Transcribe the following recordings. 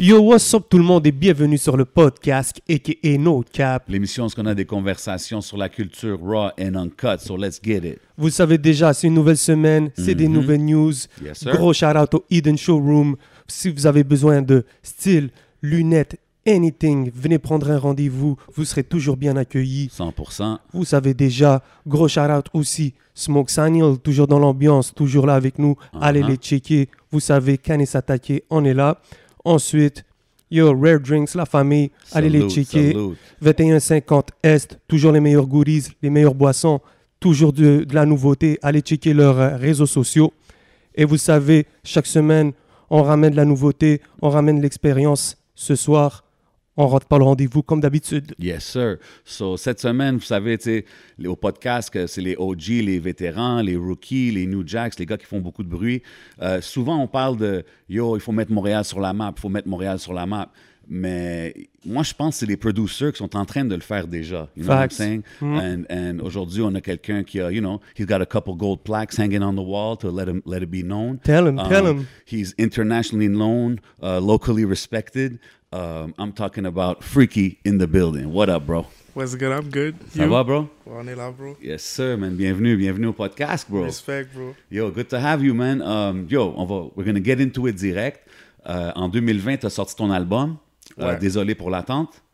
Yo, what's up tout le monde et bienvenue sur le podcast a.k.a. No Cap. L'émission où on a des conversations sur la culture raw and uncut, so let's get it. Vous le savez déjà, c'est une nouvelle semaine, c'est des nouvelles news. Yes, sir. Gros shout-out au Eden Showroom. Si vous avez besoin de style, lunettes, anything, venez prendre un rendez-vous, vous serez toujours bien accueillis. 100%. Vous savez déjà, gros shout-out aussi, Smoke Saniel, toujours dans l'ambiance, toujours là avec nous. Allez les checker. Vous savez, Canis Attaqué, on est là. Ensuite, yo, Rare Drinks, la famille, allez les checker. 2150 Est, toujours les meilleurs goodies, les meilleures boissons, toujours de la nouveauté. Allez checker leurs réseaux sociaux. Et vous savez, chaque semaine, on ramène de la nouveauté, on ramène l'expérience. Ce soir, on rate pas le rendez-vous comme d'habitude. Yes, sir. So, cette semaine, vous savez, au podcast, que c'est les OG, les vétérans, les rookies, les New Jacks, les gars qui font beaucoup de bruit. Souvent, on parle de « Yo, il faut mettre Montréal sur la map, il faut mettre Montréal sur la map ». Mais moi, je pense que c'est les producers qui sont en train de le faire déjà. You know what I'm saying? And aujourd'hui, on a quelqu'un qui a, he's got a couple gold plaques hanging on the wall to let it be known. Tell him. He's internationally known, locally respected. I'm talking about Freaky in the building. What up, bro? What's good? I'm good. Ça va, bro? On est là, bro. Yes, sir, man. Bienvenue au podcast, bro. Respect, bro. Yo, good to have you, man. We're gonna get into it direct. En 2020, tu as sorti ton album. Ouais. Désolé pour l'attente.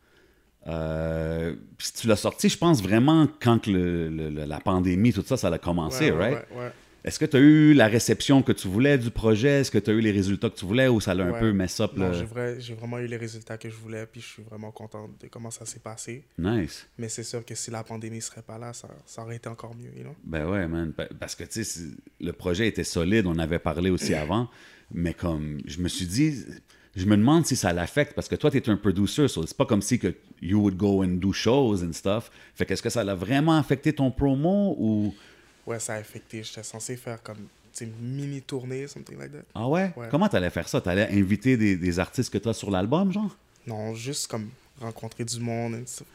Puis tu l'as sorti, je pense, vraiment quand la pandémie, tout ça, ça a commencé, right? Ouais. Est-ce que tu as eu la réception que tu voulais du projet? Est-ce que tu as eu les résultats que tu voulais ou ça l'a un peu mess up? Non, j'ai vraiment eu les résultats que je voulais, puis je suis vraiment content de comment ça s'est passé. Nice. Mais c'est sûr que si la pandémie ne serait pas là, ça aurait été encore mieux, you know? Ben ouais, man. Parce que, tu sais, le projet était solide, on avait parlé aussi avant, mais comme, je me suis dit... Je me demande si ça l'affecte, parce que toi, tu es un producer, so c'est pas comme si que you would go and do shows and stuff. Fait qu'est-ce que ça l'a vraiment affecté ton promo ou... Ouais, ça a affecté. J'étais censé faire comme une mini-tournée, something like that. Ah ouais? Comment t'allais faire ça? T'allais inviter des artistes que t'as sur l'album, genre? Non, juste comme rencontrer du monde.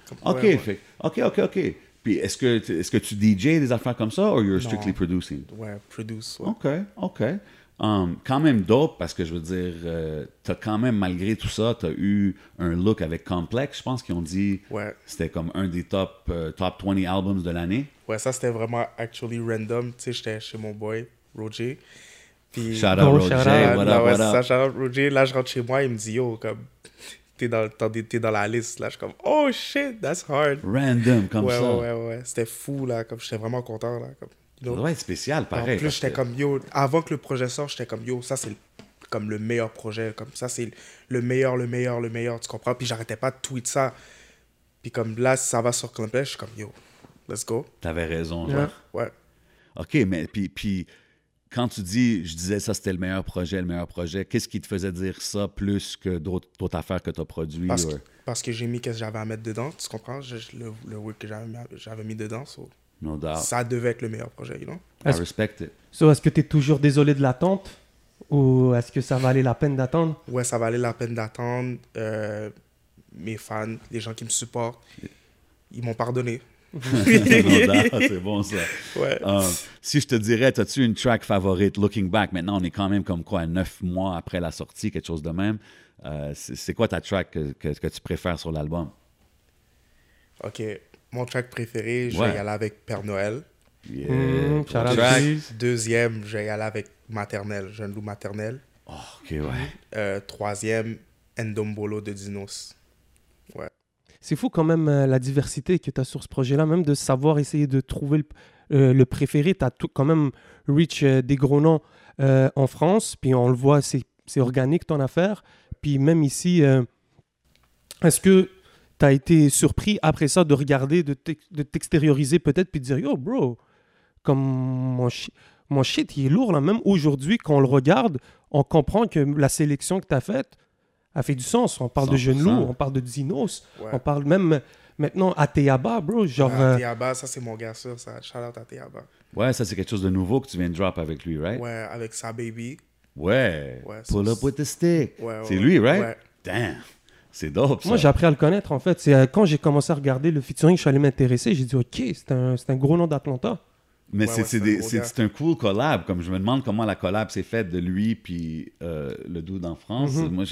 OK. Puis est-ce que tu DJ des affaires comme ça, ou you're strictly producing? Ouais, produce, ouais. OK. Quand même dope, parce que je veux dire, t'as quand même, malgré tout ça, t'as eu un look avec Complex, je pense qu'ils ont dit c'était comme un des top 20 albums de l'année. Ouais, ça c'était vraiment actually random. Tu sais, j'étais chez mon boy, Roger. Puis, shout out Roger, what up? Shout out Roger. Là, je rentre chez moi, il me dit, yo, comme, t'es dans la liste. Là, je suis comme, oh shit, that's hard. Random, comme ça. Ouais. C'était fou, là, comme, j'étais vraiment content, là, comme. Ça doit être spécial, pareil. En plus, j'étais comme, yo, avant que le projet sorte, j'étais comme, yo, ça, c'est comme le meilleur projet. Comme ça, c'est le meilleur, tu comprends? Puis j'arrêtais pas de tweet ça. Puis comme là, ça va sur Complex, je suis comme, yo, let's go. T'avais raison, genre. Ouais. OK, mais puis quand tu dis, je disais ça, c'était le meilleur projet, qu'est-ce qui te faisait dire ça plus que d'autres affaires que t'as produites? Parce que j'ai mis ce que j'avais à mettre dedans, tu comprends? Le work que j'avais mis dedans, no doubt. Ça devait être le meilleur projet, you know? I respect it. So, est-ce que tu es toujours désolé de l'attente ou est-ce que ça valait la peine d'attendre? Ouais, ça valait la peine d'attendre. Mes fans, les gens qui me supportent, ils m'ont pardonné. No doubt, c'est bon ça. Ouais. Si je te dirais, as-tu une track favorite, looking back? Maintenant, on est quand même comme quoi, 9 mois après la sortie, quelque chose de même. C'est quoi ta track que tu préfères sur l'album? OK. Mon track préféré, je vais y aller avec Père Noël. Deuxième, je vais y aller avec Maternelle, Jeune Loup Maternelle. Oh, OK, ouais. Troisième, Ndombolo de Dinos. Ouais. C'est fou quand même la diversité que tu as sur ce projet-là, même de savoir essayer de trouver le préféré. Tu as quand même reach des gros noms en France, puis on le voit, c'est organique ton affaire. Puis même ici, est-ce que tu as été surpris après ça de regarder, de t'extérioriser peut-être, puis de dire « Yo, bro, comme mon shit, il est lourd là. » Même aujourd'hui, quand on le regarde, on comprend que la sélection que tu as faite a fait du sens. On parle 100%. De Jeune Loup, on parle de Dinos, on parle même maintenant Ateyaba, bro. Genre, Ateyaba, ça c'est mon gars sûr, ça. Shout out Ateyaba. Ouais, ça c'est quelque chose de nouveau que tu viens de drop avec lui, right? Ouais, avec sa baby. Ouais. Pull up with the stick. C'est lui, right? Ouais. Damn. C'est dope, ça. Moi, j'ai appris à le connaître, en fait. C'est quand j'ai commencé à regarder le featuring, je suis allé m'intéresser. J'ai dit, OK, c'est un gros nom d'Atlanta. Mais Ouais, c'est un gros gars. c'est un cool collab. Comme je me demande comment la collab s'est faite de lui puis le dude en France. Moi,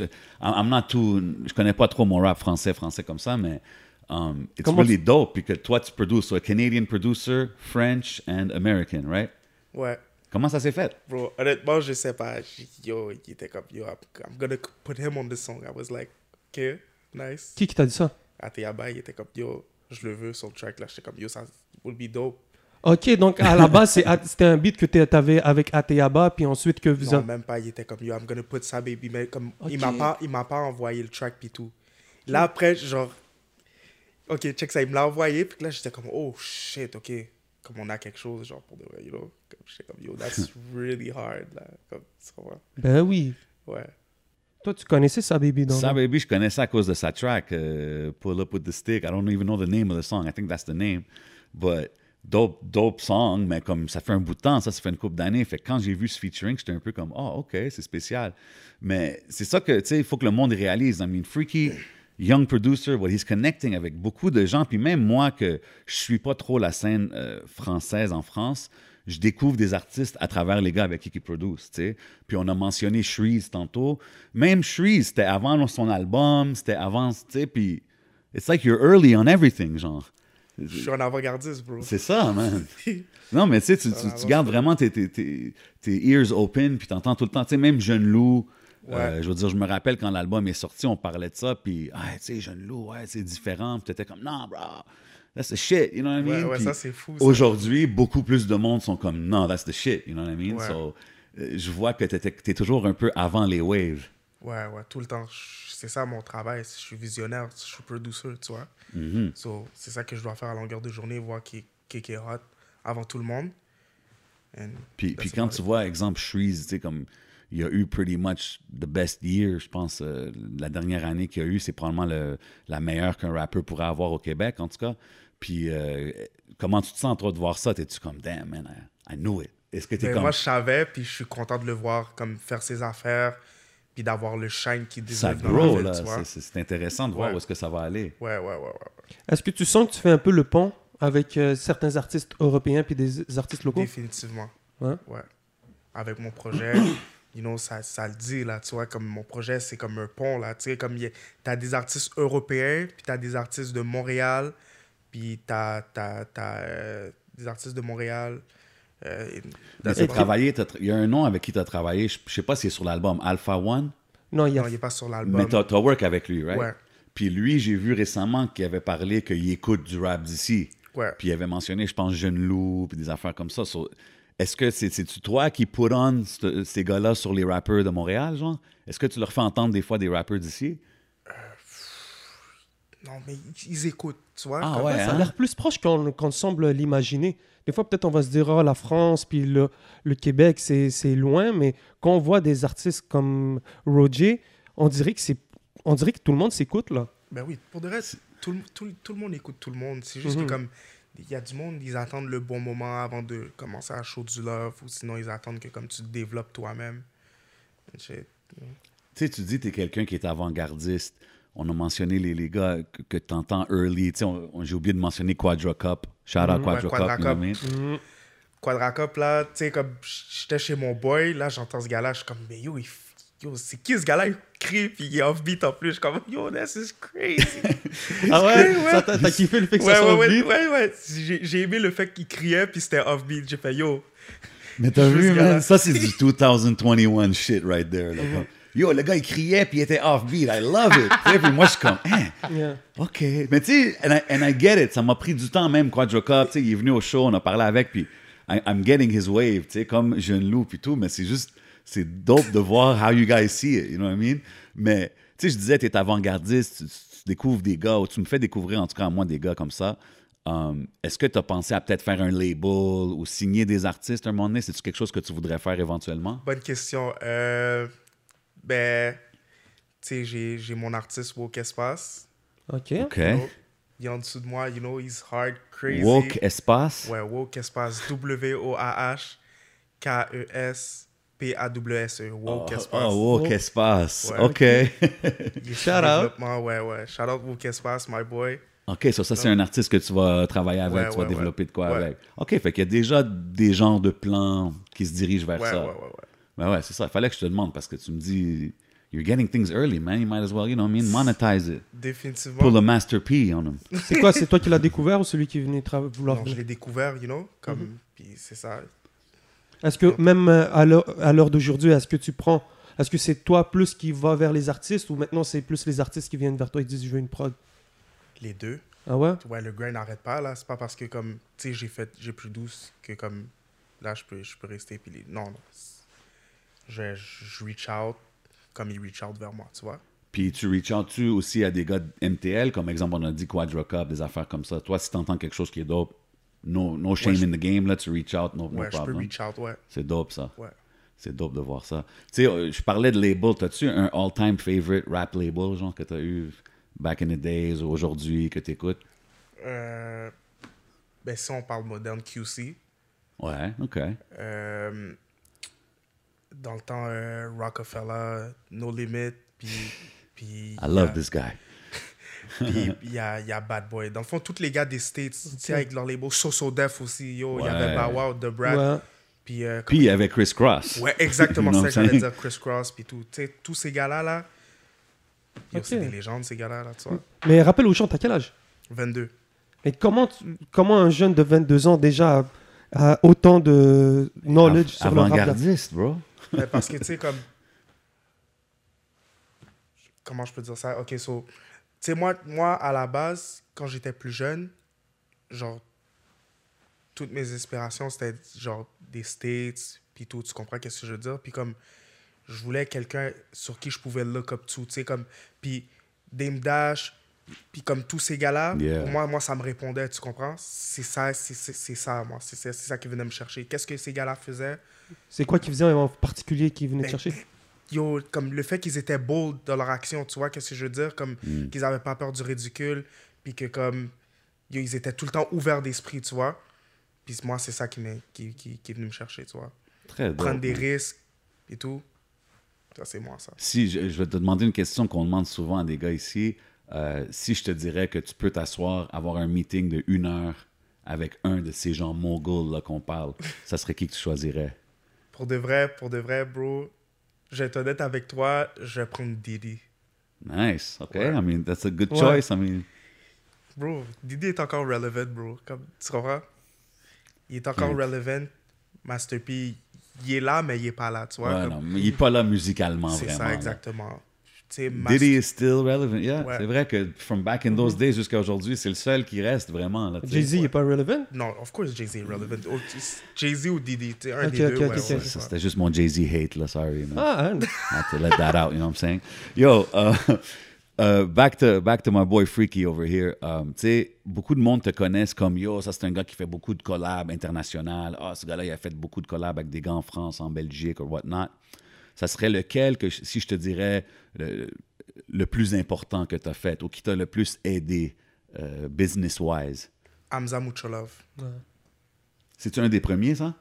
je connais pas trop mon rap français comme ça, mais it's Comment really dope. Puis que toi, tu produces, so a Canadian producer, French and American, right? Ouais. Comment ça s'est fait? Bro, honnêtement, je sais pas. Yo, il était comme, yo, I'm gonna put him on the song. I was like, ok, nice. Qui t'a dit ça? Ateyaba, il était comme, yo, je le veux sur le track là. J'étais comme, yo, ça would be dope. Ok, donc à la base, c'était un beat que tu avais avec Ateyaba, puis ensuite que vous... Non, même pas, il était comme, yo, I'm gonna put ça, baby. Mais comme, Ok. il m'a pas envoyé le track puis tout. Là, après, genre, ok, check ça, il me l'a envoyé. Puis là, j'étais comme, oh shit, ok. Comme on a quelque chose, genre, pour de vrai, you know. Comme, j'étais comme, yo, that's really hard, là. Comme, tu comprends? Ben oui. Ouais. Toi, tu connaissais ça, baby, donc. Ça, baby, je connais ça à cause de sa track, Pull Up With The Stick. I don't even know the name of the song. I think that's the name. But dope song, mais comme ça fait un bout de temps, ça fait une couple d'années. Fait que quand j'ai vu ce featuring, j'étais un peu comme, oh, OK, c'est spécial. Mais c'est ça que, tu sais, il faut que le monde réalise. I mean, Freaky, young producer, well, he's connecting avec beaucoup de gens. Puis même moi, que je suis pas trop la scène française en France, je découvre des artistes à travers les gars avec qui ils produisent, tu sais. Puis on a mentionné Shreeze tantôt. Même Shreeze, c'était avant son album, c'était avant, tu sais, puis it's like you're early on everything, genre. Je suis un avant-gardiste, bro. C'est ça, man. Non, mais tu sais, tu gardes vraiment tes ears open, puis t'entends tout le temps. Tu sais, même Jeune Loup, je veux dire, je me rappelle quand l'album est sorti, on parlait de ça, puis, tu sais, Jeune Loup, ouais, c'est différent. Puis t'étais comme, non, bro, that's the shit, you know what I mean? Ouais, Puis ça, c'est fou. Ça. Aujourd'hui, beaucoup plus de monde sont comme, non, that's the shit, you know what I mean? Ouais. So, je vois que t'es toujours un peu avant les waves. Ouais, tout le temps. C'est ça mon travail. Je suis visionnaire, je suis producer, tu vois. So, c'est ça que je dois faire à longueur de journée, voir qui est hot avant tout le monde. Puis quand tu vois, exemple, Shreeze, tu sais, comme il a eu pretty much the best year, je pense, la dernière année qu'il a eu, c'est probablement la meilleure qu'un rappeur pourrait avoir au Québec, en tout cas. Puis comment tu te sens, toi, de voir ça? T'es-tu comme, damn, man, I knew it. Est-ce que t'es Mais comme... moi, je savais, puis je suis content de le voir comme faire ses affaires, puis d'avoir le shine qui Ça développe dans la grow, ville, là. tu vois. C'est intéressant de voir Ouais. où est-ce que ça va aller. Ouais. Est-ce que tu sens que tu fais un peu le pont avec certains artistes européens puis des artistes locaux? Définitivement. Ouais. Avec mon projet, you know, ça le dit, là, tu vois, comme mon projet, c'est comme un pont, là, tu sais, comme t'as des artistes européens, puis t'as des artistes de Montréal, puis t'as des artistes de Montréal. Mais il y a un nom avec qui tu as travaillé, je sais pas si c'est sur l'album Alpha One, Non, il y a... Non, il n'est pas sur mais l'album. tu as work avec lui, right? Ouais. Puis lui, j'ai vu récemment qu'il avait parlé qu'il écoute du rap d'ici. Ouais. Puis il avait mentionné, je pense, Jeune Loup, puis des affaires comme ça. So, est-ce que c'est-tu toi qui put on ces gars-là sur les rappeurs de Montréal, genre? Est-ce que tu leur fais entendre des fois des rappeurs d'ici? Non, mais ils écoutent, tu vois. Ah comme- ouais, Ça a hein? l'air plus proche qu'on semble l'imaginer. Des fois, peut-être on va se dire, ah, la France puis le Québec, c'est loin, mais quand on voit des artistes comme Roger, on dirait que tout le monde s'écoute, là. Ben oui, pour de reste, tout le monde écoute tout le monde. C'est juste que comme il y a du monde, ils attendent le bon moment avant de commencer à show du love, ou sinon ils attendent que comme tu te développes toi-même. Shit. Tu sais, tu dis que tu es quelqu'un qui est avant-gardiste. On a mentionné les gars que tu entends early. Tu sais, j'ai oublié de mentionner Quadra Cup. Shout out Quadra Ouais, Cup, Quadra you know what I Cup. mean? Quadracop, là, tu sais, comme j'étais chez mon boy, là, j'entends ce gars-là, je suis comme, mais yo, c'est qui ce gars-là? Il crie, puis il est offbeat en plus. Je suis comme, yo, this is crazy. Ah ouais? Ouais. Ça, t'as kiffé le fait que ça soit beat? Ouais. J'ai aimé le fait qu'il criait, puis c'était offbeat. J'ai fait, yo. Mais t'as Juste vu, ce gars-là. man? Ça, c'est du 2021 shit right there. Là. Yo, le gars, il criait, puis il était offbeat. I love it. Tu sais, puis moi, je suis comme, Yeah. OK. Mais tu sais, and I get it. Ça m'a pris du temps même, Quadra Cup. Tu sais, il est venu au show, on a parlé avec, puis I'm getting his wave, tu sais, comme Jeune Loup, puis tout. Mais c'est juste, c'est dope de voir how you guys see it, you know what I mean? Mais, tu sais, je disais, t'es avant-gardiste, tu découvres des gars, ou tu me fais découvrir, en tout cas, moi, des gars comme ça. Est-ce que tu as pensé à peut-être faire un label ou signer des artistes à un moment donné? C'est-tu quelque chose que tu voudrais faire éventuellement? Bonne question. Ben, tu sais, j'ai mon artiste Woke Espace. OK. OK. You know, il est en dessous de moi, you know, he's hard, crazy. Woke Espace? Ouais, Woke Espace. WOAHKESPAWSE. Woke Espace. Oh, Woke Espace. Ouais. OK. Il est Shout en out. développement, ouais. Shout out Woke Espace, my boy. OK, ça c'est un artiste que tu vas travailler avec, tu vas développer de quoi avec. OK, fait qu'il y a déjà des genres de plans qui se dirigent vers ça. Ben ouais, c'est ça. Il fallait que je te demande parce que tu me dis, you're getting things early, man. You might as well, you know what I mean, monetize it. Définitivement. Pull a Master P on them. C'est quoi? C'est toi qui l'as découvert ou celui qui est venu vouloir? Non, je l'ai découvert, you know, comme, puis c'est ça. Est-ce que même à l'heure d'aujourd'hui, est-ce que c'est toi plus qui va vers les artistes ou maintenant c'est plus les artistes qui viennent vers toi et disent je veux une prod? Les deux. Ah ouais? Ouais, le grind n'arrête pas, là. C'est pas parce que, comme, tu sais, j'ai plus douce que, comme, là, je peux rester. Puis non. Je reach out comme ils reach out vers moi, tu vois. Puis tu reach out-tu aussi à des gars de MTL, comme exemple, on a dit Quadra Cup, des affaires comme ça. Toi, si t'entends quelque chose qui est dope, no shame in the game, là, tu reach out, no Ouais, je problem. peux reach out, ouais. C'est dope, ça. Ouais. C'est dope de voir ça. Tu sais, je parlais de label. T'as-tu un all-time favorite rap label, genre, que t'as eu back in the days ou aujourd'hui, que t'écoutes? Ben, si on parle moderne, QC. Ouais, OK. Dans le temps, Rockefeller, No Limit, puis I love this guy. puis il y a Bad Boy. Dans le fond, tous les gars des States, tu sais, avec leur label, So Def aussi, yo, il y avait Bow Wow, The Brat. Ouais. Puis il y avait Chris Cross. Ouais, exactement, You know c'est ça what que I'm j'allais dire, Chris Cross, puis tout. Tu sais, tous ces gars-là, là, yo, Ok. c'est des légendes, ces gars-là, là, tu vois. Mais rappelle aux gens, t'as quel âge? 22. Et comment un jeune de 22 ans déjà a autant de knowledge sur le rap? Avant-gardiste, bro. Mais parce que, tu sais, comme... Comment je peux dire ça? OK, so... Tu sais, moi, à la base, quand j'étais plus jeune, genre, toutes mes inspirations, c'était, genre, des States, puis tout, tu comprends qu'est-ce que je veux dire? Puis comme, je voulais quelqu'un sur qui je pouvais look up to, tu sais, comme... Puis Dame Dash, puis comme tous ces gars-là, Yeah. pour moi, ça me répondait, tu comprends? C'est ça, moi. C'est ça qui venait me chercher. Qu'est-ce que ces gars-là faisaient? C'est quoi qui faisait en particulier qui venait te Ben, chercher? Yo, comme le fait qu'ils étaient bold dans leur action, tu vois, qu'est-ce que je veux dire? Comme qu'ils n'avaient pas peur du ridicule, puis que comme, yo, ils étaient tout le temps ouverts d'esprit, tu vois. Puis moi, c'est ça qui est venu me chercher, tu vois. Très dope. Prendre des risques et tout. Ça, c'est moi, ça. Si je vais te demander une question qu'on demande souvent à des gars ici. Si je te dirais que tu peux t'asseoir, avoir un meeting de 1 heure avec un de ces gens mongols là qu'on parle, ça serait qui que tu choisirais? Pour de vrai, bro, je vais être honnête avec toi, je vais prendre Didi. Nice. OK. Ouais. I mean, that's a good Ouais. choice. I mean, Bro, Didi est encore relevant, bro. Comme, tu comprends? Il est encore relevant. Master P, il est là, mais il est pas là, tu vois. ouais, comme- non, mais il n'est pas là musicalement, c'est vraiment. ça, là. exactement. Tu sais, Diddy is still relevant. Yeah, Ouais. c'est vrai que from back in those days jusqu'à aujourd'hui, c'est le seul qui reste vraiment. Là, tu sais. Jay-Z, il est pas relevant? Non, of course, Jay-Z est relevant. Oh, Jay-Z ou Didi, tu sais, un Ok, des ok, deux. ok, ouais, ok. ouais, Ça, ouais. c'était juste mon Jay-Z hate, là, sorry. Man. Ah, hein. I had to let that out, you know what I'm saying? Yo, back to my boy Freaky over here. Tu sais, beaucoup de monde te connaissent comme yo, ça c'est un gars qui fait beaucoup de collabs internationales. Ah, ce gars-là, il a fait beaucoup de collabs avec des gars en France, en Belgique, ou whatnot. Ça serait lequel que, si je te dirais, le plus important que tu as fait ou qui t'a le plus aidé business-wise? Hamza Mucholov. C'est-tu un des premiers, ça?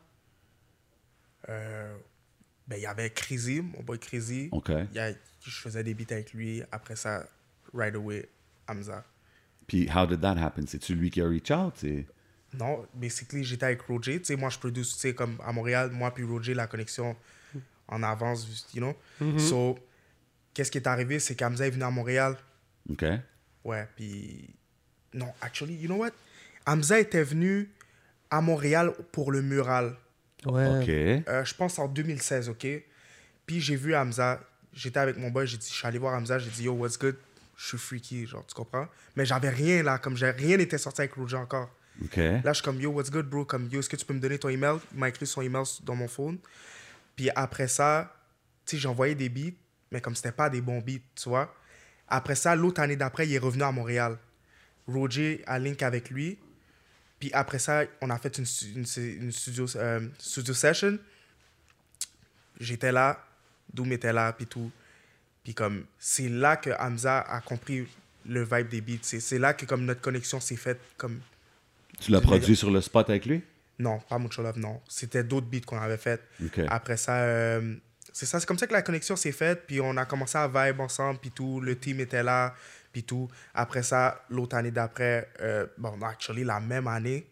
Ben, il y avait Crazy, mon boy Crazy. OK. Je faisais des beats avec lui. Après ça, right away, Hamza. Puis, how did that happen? C'est-tu lui qui a reach out? Non, basically, j'étais avec Roger. Tu sais, moi, je produce, tu sais, comme à Montréal, moi puis Roger, la connexion en avance, you know. So, qu'est-ce qui est arrivé, c'est qu'Hamza est venu à Montréal. OK. Ouais, puis... Non, actually, you know what? Hamza était venu à Montréal pour le mural. Ouais. OK. Je pense en 2016, OK? Puis j'ai vu Hamza. J'étais avec mon boy, je suis allé voir Hamza, j'ai dit « Yo, what's good? » Je suis freaky, genre, tu comprends? Mais j'avais rien, là, comme rien n'était sorti avec Roger encore. OK. Là, je suis comme « Yo, what's good, bro? » Comme « Yo, est-ce que tu peux me donner ton email? » Il m'a écrit son email dans mon phone. Puis après ça, tu sais, j'ai envoyé des beats, mais comme c'était pas des bons beats, tu vois? Après ça, l'autre année d'après, il est revenu à Montréal. Roger a link avec lui. Puis après ça, on a fait une studio session. J'étais là, Doom était là, puis tout. Puis comme, c'est là que Hamza a compris le vibe des beats. C'est là que comme notre connexion s'est faite comme... Tu l'as produit sur le spot avec lui? Non, pas Mucho Love, non. C'était d'autres beats qu'on avait fait. OK. Après ça, C'est ça, c'est comme ça que la connexion s'est faite, puis on a commencé à vibe ensemble, puis tout, le team était là, puis tout. Après ça, l'autre année d'après, actually, la même année,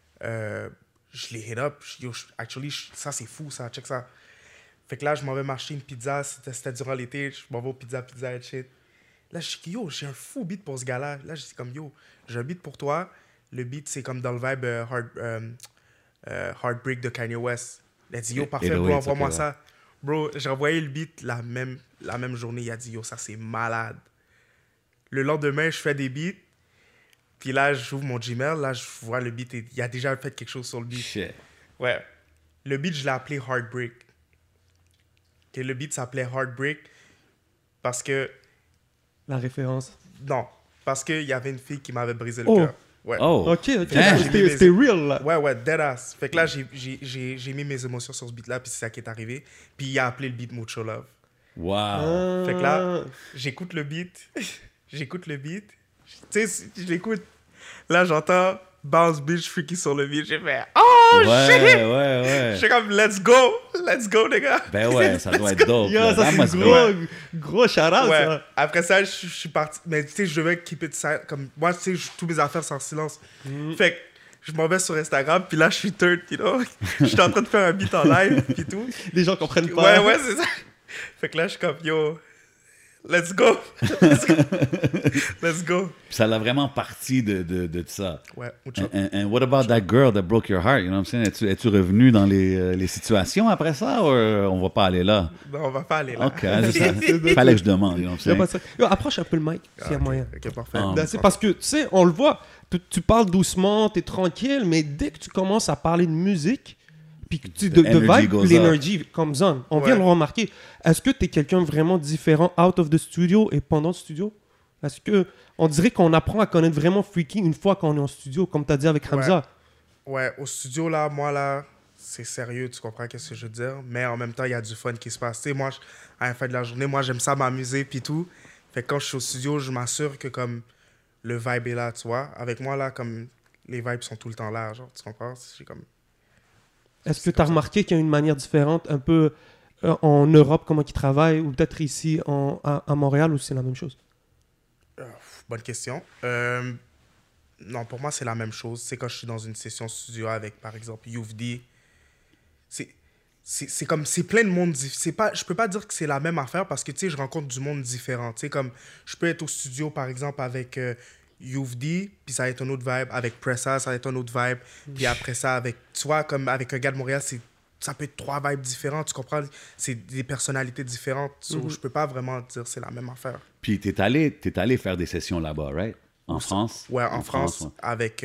je l'ai hit up. Ça, c'est fou, ça, check ça. Fait que là, je m'en vais m'acheter une pizza, c'était durant l'été, je m'en vais au pizza et shit. Là, je dis, yo, j'ai un fou beat pour ce gars-là. Là, je dis comme, yo, j'ai un beat pour toi. Le beat, c'est comme dans le vibe Heartbreak de Kanye West. Il a dit, yo, parfait, bro, envoie-moi ça. Bro, j'ai envoyé le beat la même journée. Il a dit, yo, ça, c'est malade. Le lendemain, je fais des beats. Puis là, j'ouvre mon Gmail. Là, je vois le beat. Il a déjà fait quelque chose sur le beat. Shit. Ouais. Le beat, je l'ai appelé Heartbreak. Et le beat s'appelait Heartbreak parce que... La référence. Non. Parce qu'il y avait une fille qui m'avait brisé le Oh. cœur. Ouais. Oh. Ok. Damn. C'était real, là. Ouais, deadass. Fait que là, j'ai mis mes émotions sur ce beat-là, puis c'est ça qui est arrivé. Puis il a appelé le beat Mucho Love. Wow. Fait que là, j'écoute le beat. Tu sais, je l'écoute. Là, j'entends Bounce Bitch Freaky sur le beat. J'ai fait oh shit! Ouais. J'étais comme let's go, les gars. Ben ouais, ça doit être dope. Yo, là. ça, That c'est must be- gros shout-out, Ouais. ça. Après ça, je suis parti. Mais tu sais, je devais keep it silent. Comme moi, tu sais, tous mes affaires sont en silence. Fait que je m'en vais sur Instagram, puis là, je suis third, you know. Je suis en train de faire un beat en live, puis tout. Les gens comprennent pas. Ouais, c'est ça. Fait que là, je suis comme, yo, let's go. Let's go. Puis ça l'a vraiment parti de ça. Ouais, mucho. And what about that girl that broke your heart? You know what I'm saying? Es-tu revenu dans les situations après ça ou on va pas aller là? Non, on va pas aller là. OK, fallait que je demande. You know what Y a I'm pas saying? ça. Yo, approche un peu le mic, s'il y a moyen. Ok, parfait. Ah. Ben, c'est parce que, tu sais, on le voit, tu parles doucement, t'es tranquille, mais dès que tu commences à parler de musique, puis que tu de energy vibe, goes up. l'énergie comes on. On vient Ouais. de le remarquer. Est-ce que t'es quelqu'un vraiment différent out of the studio et pendant le studio? Est-ce que on dirait qu'on apprend à connaître vraiment Freaky une fois qu'on est en studio, comme t'as dit avec Hamza? Ouais, au studio, là, moi, là, c'est sérieux, tu comprends qu'est-ce que je veux dire? Mais en même temps, il y a du fun qui se passe. Tu sais, moi, à la fin de la journée, moi, j'aime ça m'amuser, puis tout. Fait que quand je suis au studio, je m'assure que, comme, le vibe est là, tu vois. Avec moi, là, comme, les vibes sont tout le temps là, genre, tu comprends? C'est comme... Est-ce que tu as remarqué qu'il y a une manière différente un peu en Europe, comment ils travaillent, ou peut-être ici à Montréal, ou c'est la même chose? Bonne question. Non, pour moi, c'est la même chose. C'est quand je suis dans une session studio avec, par exemple, UFD. C'est comme, c'est plein de monde. Je peux pas dire que c'est la même affaire parce que, tu sais, je rencontre du monde différent. Tu sais, comme, je peux être au studio, par exemple, avec UFD, puis ça va être un autre vibe. Avec Pressa, ça va être un autre vibe. Puis après ça, avec, tu vois, comme avec un gars de Montréal, ça peut être 3 vibes différentes, tu comprends? C'est des personnalités différentes. So, je peux pas vraiment dire que c'est la même affaire. Puis t'es allé faire des sessions là-bas, right? En France? Ouais, en France, ouais. avec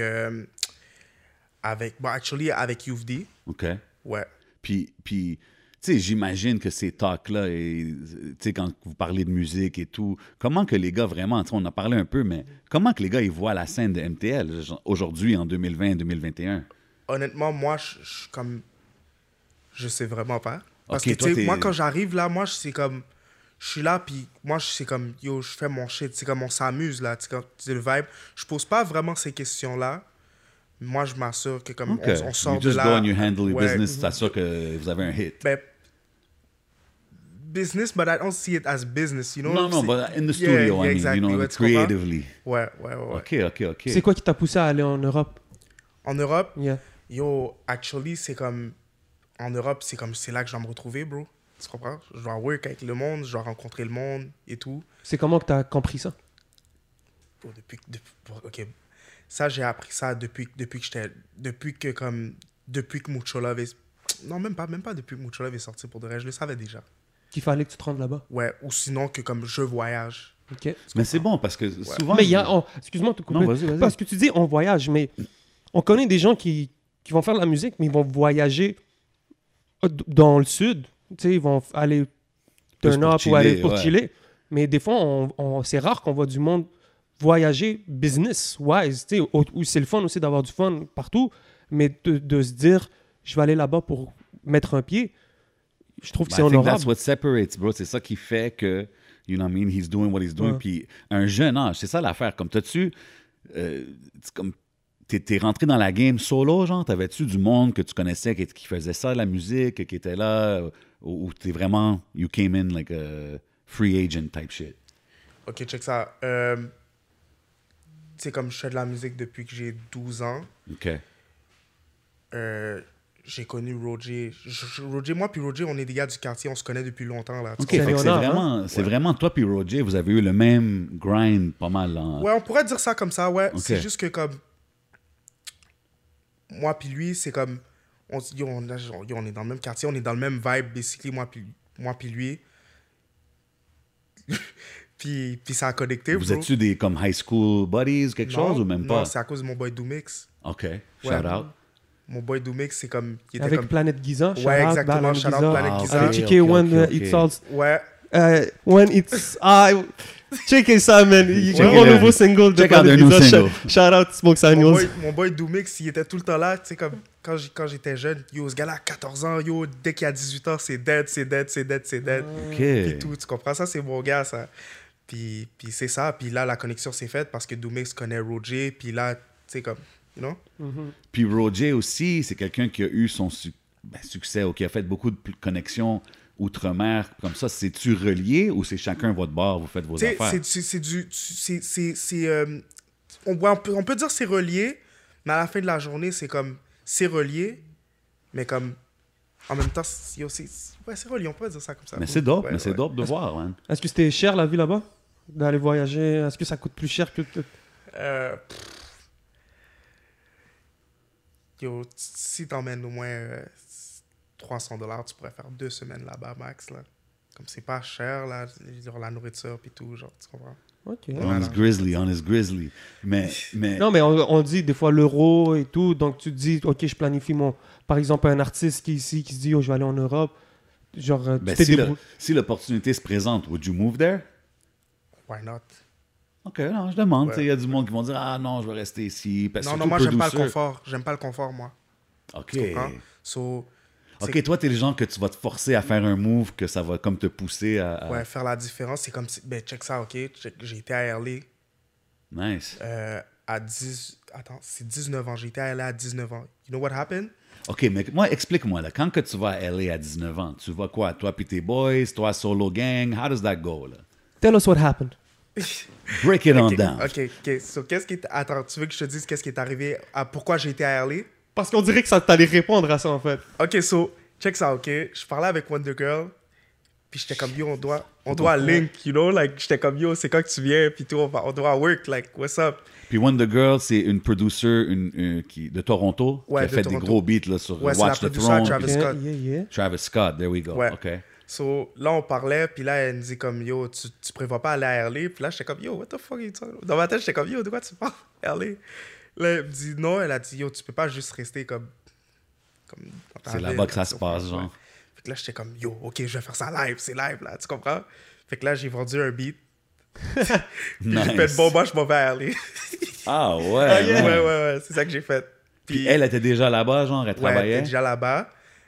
avec UFD. OK. Ouais. Puis tu sais, j'imagine que ces talks-là, tu sais, quand vous parlez de musique et tout, comment que les gars vraiment, tu sais, on a parlé un peu, mais comment que les gars, ils voient la scène de MTL aujourd'hui, en 2020-2021? Honnêtement, moi, je comme... Je sais vraiment pas. Parce Ok, que, toi, tu sais, t'es- moi, quand j'arrive là, moi, c'est comme... Je suis là, puis moi, c'est comme... Yo, je fais mon shit. C'est comme on s'amuse, là. Tu sais, le vibe. Je pose pas vraiment ces questions-là. Moi, je m'assure que comme OK. on sort You de just là... go and you handle your Ouais. business, t'assures que vous avez un hit. Ben, business, but I don't see it as business, you know? Non, C'est- but in the Yeah, studio, yeah, I mean, exactly, you know, ouais, tu comprends? creatively. Ouais. OK. C'est quoi qui t'a poussé à aller en Europe? En Europe, Yeah. yo, actually, c'est comme... En Europe, c'est comme... C'est là que je dois me retrouver, bro. Tu comprends? Je dois work avec le monde, je dois rencontrer le monde et tout. C'est comment que t'as compris ça? Bro, OK. Ça, j'ai appris ça depuis que j'étais... Depuis que Mucho Love est... Non, même pas depuis que Mucho Love est sorti pour de vrai. Je le savais déjà. Qu'il fallait que tu te rendes là-bas. Ouais, ou sinon que comme je voyage. OK. Mais c'est bon, parce que souvent... Mais il y a... Excuse-moi de te couper. Non, vas-y. Parce que tu dis on voyage, mais on connaît des gens qui vont faire de la musique, mais ils vont voyager dans le sud. Tu sais, ils vont aller turn pour up ou aller chiller, pour ouais. chiller. Mais des fois, c'est rare qu'on voit du monde voyager business-wise. Tu sais, où c'est le fun aussi d'avoir du fun partout, mais de se dire, je vais aller là-bas pour mettre un pied, je trouve que I c'est think honorable. that's what separates, bro. C'est ça qui fait que, you know what I mean, he's doing what he's doing. Ouais. Puis un jeune âge, c'est ça l'affaire. Comme t'as-tu, c'est comme t'es rentré dans la game solo, genre? T'avais-tu du monde que tu connaissais qui faisait ça, la musique, qui était là? Ou t'es vraiment, you came in like a free agent type shit? Ok, check ça. Tu sais, comme je fais de la musique depuis que j'ai 12 ans, OK. j'ai connu Roger. Moi puis Roger, on est des gars du quartier, on se connaît depuis longtemps. Là, OK, C'est fait que c'est Léonard, vraiment toi puis Roger, vous avez eu le même grind pas mal. Ouais, on pourrait dire ça comme ça, ouais. Ok. C'est juste que comme... Moi puis lui, c'est comme... On se dit, yo, on est dans le même quartier, on est dans le même vibe, basically, moi puis lui. puis ça a connecté, Vous bro. êtes-tu des comme high school buddies, quelque chose, ou même pas? Non, c'est à cause de mon boy Doomix. OK, shout Ouais. out. Mon boy Doomix, c'est comme... Il était Avec comme... Planet Giza. Ouais, exactement, shout out Planet Ah, Giza. Avec ok, checké ok, When ok, It's ok. All... Ouais. When It's... Checkez ça, man. J'ai Check mon it, nouveau single de check out Planet the new Giza. single. Shout out Smoke Mon Signals. boy Doomix, il était tout le temps là, tu sais, comme quand j'étais jeune, yo, ce gars-là a 14 ans, yo, dès qu'il a 18 ans, c'est dead. OK. Puis tout, tu comprends? Ça, c'est mon gars, ça. Puis c'est ça, puis là, la connexion s'est faite parce que Doomix connaît Roger, puis là, tu sais, comme, you know? Puis Roger aussi, c'est quelqu'un qui a eu son succès ou qui a fait beaucoup de connexions outre-mer. Comme ça, c'est-tu relié ou c'est chacun votre bord, vous faites vos Tu sais, affaires? on peut dire c'est relié, mais à la fin de la journée, c'est comme, c'est relié, mais comme, en même temps, c'est relié, on peut dire ça comme ça. Mais c'est dope, Ouais, c'est ouais. dope de voir, man. Est-ce que c'était cher la vie là-bas? D'aller voyager? Est-ce que ça coûte plus cher que... Yo, si t'emmènes au moins $300, tu pourrais faire 2 semaines là-bas, max, là. Comme c'est pas cher, là, genre la nourriture puis tout, genre, tu comprends? Ok. Honest Grizzly. Mais Non, mais on dit des fois l'euro et tout, donc tu te dis, ok, je planifie mon... Par exemple, un artiste qui est ici, qui se dit, oh, je vais aller en Europe, genre, ben, tu t'es débrouillé. si l'opportunité se présente, would you move there? Why not? OK, non, je demande. Ouais. Il y a du monde qui vont dire « Ah non, je vais rester ici. » Non, moi, j'aime pas le confort. J'aime pas le confort, moi. OK. Tu comprends? So, OK, toi, t'es le genre que tu vas te forcer à faire un move que ça va comme te pousser à... ouais, faire la différence, c'est comme... Ben, check ça, OK? J'ai été à LA Nice. à 10... Attends, c'est 19 ans. J'ai été à LA à 19 ans. You know what happened? OK, mais moi, explique-moi, là, quand que tu vas à LA à 19 ans, tu vas quoi? Toi puis tes boys, toi solo gang, how does that go, là? Tell us what happened. Break it on down. OK. So, qu'est-ce qui est... Attends, tu veux que je te dise qu'est-ce qui est arrivé? Pourquoi j'ai été à LA? Parce qu'on dirait que ça t'allait répondre à ça, en fait. OK, so, check ça, OK? Je parlais avec Wonder Girl, puis j'étais comme, yo, on doit link, you know? Like, j'étais comme, yo, c'est quand que tu viens, puis tout, on doit work, like, what's up? Puis Wonder Girl, c'est une producer de Toronto Ouais, qui a de fait Toronto. des gros beats là, sur Ouais, c'est la Watch the producer Throne. Travis Ok, Scott. yeah. Travis Scott, there we go. Ouais. OK. So, là, on parlait, puis là, elle me dit comme, yo, tu prévois pas aller à LA? Puis là, j'étais comme, yo, what the fuck are you talking about? Dans ma tête, j'étais comme, yo, de quoi tu parles? LA? Là, elle me dit, non, elle a dit, yo, tu peux pas juste rester comme dans ta C'est ville, là-bas que ça là, se tu passe, comprends? genre. Ouais. Fait que là, j'étais comme, yo, ok, je vais faire ça live, c'est live, là, tu comprends? Fait que là, j'ai vendu un beat. Puis j'ai fait, bon, moi, je m'en vais à LA. Ah ouais. Ouais, man. ouais, c'est ça que j'ai fait. Puis elle était déjà là-bas, genre, elle ouais, elle travaillait. était déjà là-bas.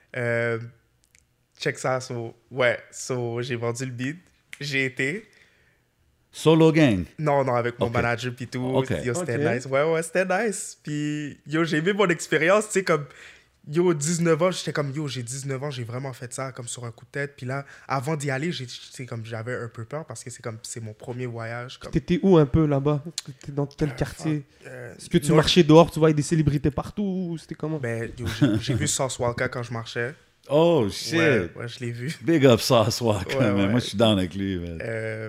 Check ça, so, j'ai vendu le beat. J'ai été. Solo gang. Non, avec mon Ok. manager puis tout. Ok. Yo, c'était Ok. nice. Ouais, c'était nice. Puis, yo, j'ai aimé mon expérience, tu sais, comme, yo, 19 ans, j'étais comme, yo, j'ai 19 ans, j'ai vraiment fait ça, comme sur un coup de tête. Puis là, avant d'y aller, comme, j'avais un peu peur parce que c'est mon premier voyage. Comme, T'étais où un peu là-bas? T'étais dans quel quartier? euh, Est-ce que tu North- marchais dehors, tu voyais des célébrités partout? Ou c'était comment? Ben, yo, j'ai vu Sauce Walka quand je marchais. Oh shit. Ouais, je l'ai vu. Big up Sauce Walker, Ouais, man. ouais. Moi, je suis down avec lui, man.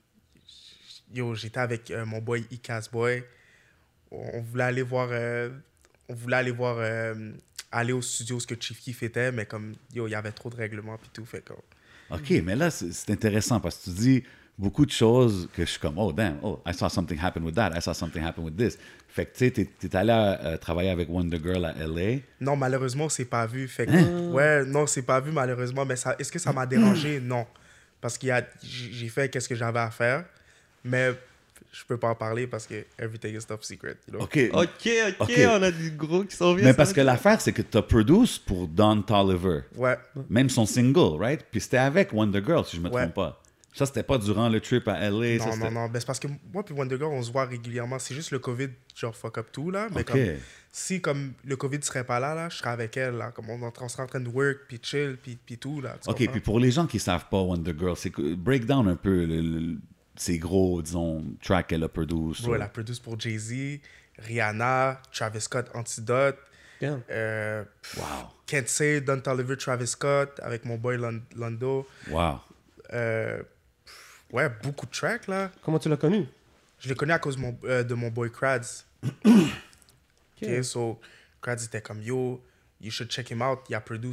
Yo, j'étais avec mon boy Icas Boy. On voulait aller voir... aller au studio ce que Chief Keef était, mais comme, yo, il y avait trop de règlements puis tout, fait que... OK, mais là, c'est intéressant parce que tu dis beaucoup de choses que je suis comme, oh, damn, oh, I saw something happen with that, I saw something happen with this. Fait que, tu sais, t'es allé travailler avec Wonder Girl à L.A. Non, malheureusement, on s'est pas vu, fait que... Ouais, non, c'est pas vu, malheureusement, mais est-ce que ça m'a dérangé? Non. Parce que j'ai fait qu'est-ce que j'avais à faire, mais je peux pas en parler parce que everything is top secret, you know? OK. Ok, Ok. on a du gros qui s'en vient. Mais parce que l'affaire, c'est que tu as produit pour Don Toliver. Ouais. Même son single, right? Puis c'était avec Wonder Girl, si je me Ouais. trompe pas. Ça, c'était pas durant le trip à LA? Ça, Non. Ben, c'est parce que moi puis Wonder Girl, on se voit régulièrement. C'est juste le COVID, genre, fuck up tout, là. Mais comme, si, comme, le COVID serait pas là, je serais avec elle, là. Comme, on serait en train de work, puis chill, puis tout, là. OK, puis pour les gens qui savent pas Wonder Girl, c'est break down un peu ces gros, disons, tracks qu'elle a produits. Bro, elle a produit pour Jay-Z, Rihanna, Travis Scott, Antidote. Damn. Wow. Can't Say, Don Toliver, Travis Scott, avec mon boy Londo. Wow. Ouais, beaucoup de tracks, là. Comment tu l'as connu? Je l'ai connu à cause de mon boy Krads. Ok. So Krads était comme, yo, you should check him out. Il a produit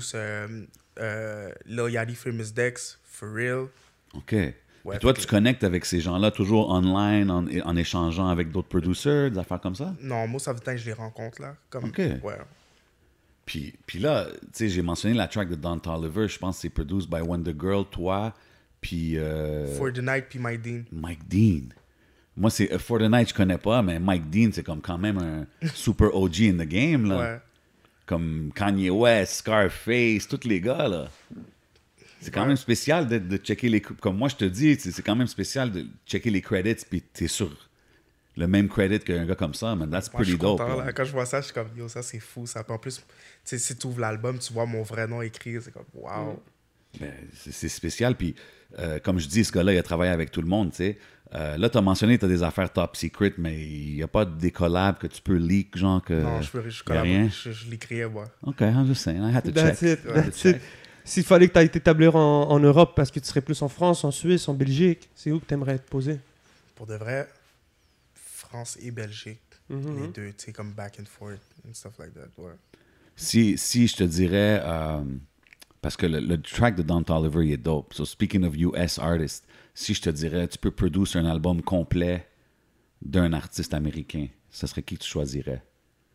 Lil Yachty Famous Dex, For Real. OK. Puis toi, tu connectes avec ces gens-là toujours online, en échangeant avec d'autres producers, des affaires comme ça? Non, most of the time, je les rencontre, là. Comme, OK. Ouais. Puis là, tu sais, j'ai mentionné la track de Don Toliver, je pense que c'est produced by Wonder Girl, toi, puis... For the Night, puis Mike Dean. Mike Dean. Moi, c'est For the Night, je connais pas, mais Mike Dean, c'est comme quand même un super OG in the game, là. Ouais. Comme Kanye West, Scarface, tous les gars, là. C'est quand même spécial de checker les... Comme moi, je te dis, c'est quand même spécial de checker les credits, puis t'es sur le même credit qu'un gars comme ça, man. That's Moi, je pretty suis dope. content, là. là. Quand je vois ça, je suis comme, yo, ça, c'est fou. Ça. Puis en plus, tu sais, si tu ouvres l'album, tu vois mon vrai nom écrit. C'est comme, wow. Ben, c'est spécial. Puis, comme je dis, ce gars-là, il a travaillé avec tout le monde, tu sais. Là, tu as mentionné que tu as des affaires top secret, mais il n'y a pas des collabs que tu peux leak, genre que. Non, je collabore. rien? Je l'écriais, moi. OK, I'm just saying. I had to That's check. it. That's it. S'il fallait que tu ailles t'établir en Europe, parce que tu serais plus en France, en Suisse, en Belgique, c'est où que tu aimerais être posé? Pour de vrai, France et Belgique. Les deux, tu sais, comme back and forth and stuff like that, ouais. Si je te dirais, parce que le track de Don Toliver, il est dope. So, speaking of US artists, si je te dirais, tu peux produire un album complet d'un artiste américain, ce serait qui tu choisirais?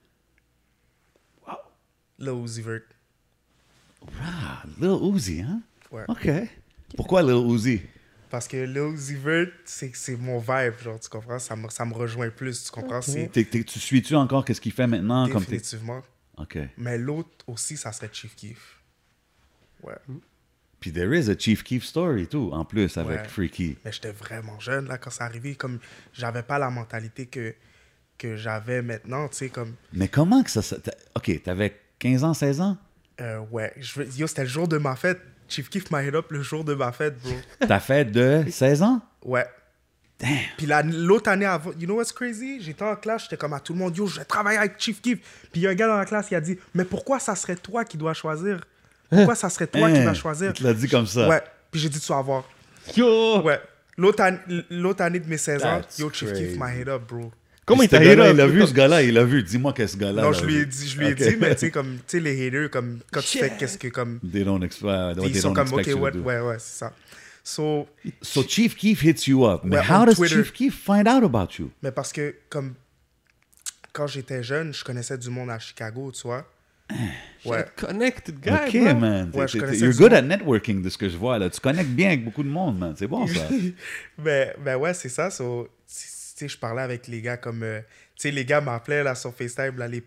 Lil Uzi Vert. Ah, Lil Uzi, hein? Ouais. OK. Pourquoi Lil Uzi? Parce que Lil Uzi Vert, c'est mon vibe, genre, tu comprends? Ça me rejoint plus, tu comprends? C'est Tu suis-tu encore qu'est-ce qu'il fait maintenant? définitivement. OK. Mais l'autre aussi, ça serait Chief Keef. Ouais. Puis there is a Chief Keef story, tout, en plus, avec Ouais. Freaky. Mais j'étais vraiment jeune, là, quand c'est arrivé. Comme, j'avais pas la mentalité que j'avais maintenant, tu sais, comme... Mais comment que ça... OK, t'avais 15 ans, 16 ans? Ouais. Yo, c'était le jour de ma fête. Chief Keef m'a hit up le jour de ma fête, bro. Ta fête de 16 ans? Ouais. Damn! Puis l'autre année avant, you know what's crazy? J'étais en classe, j'étais comme à tout le monde, yo, je vais travailler avec Chief Keef. Puis il y a un gars dans la classe qui a dit, mais pourquoi ça serait toi qui dois choisir? Pourquoi ça serait toi qui vas choisir? Il te l'a dit comme ça. Ouais. Puis j'ai dit, tu vas voir. Yo! Ouais. L'autre année de mes 16 ans, That's yo, Chief Keef crazy. m'a hit up, bro. Comment il Puis ce t'a gars-là, hit up? il a vu ce gars-là, il a vu. Dis-moi que ce gars-là... Non, là, je lui ai dit, mais tu sais, comme, tu sais, les haters, comme, quand tu fais Shit. qu'est-ce que, comme, They don't expect... ils sont comme, ok, ouais, c'est ça. So, Chief Keef hits you up. Mais Ouais, how on does Twitter. Chief Keef find out about you? mais parce que, comme, quand j'étais jeune, je connaissais du monde à Chicago, tu vois. Ouais. Connected guy, OK, bro. man. Ouais, je connaissais You're du good monde. at networking, de ce que je vois, là. Tu connectes bien avec beaucoup de monde, man. C'est bon, ça. Ben ouais, c'est ça. So, tu sais, je parlais avec les gars comme... tu sais, les gars m'appelaient là, sur FaceTime, là, tu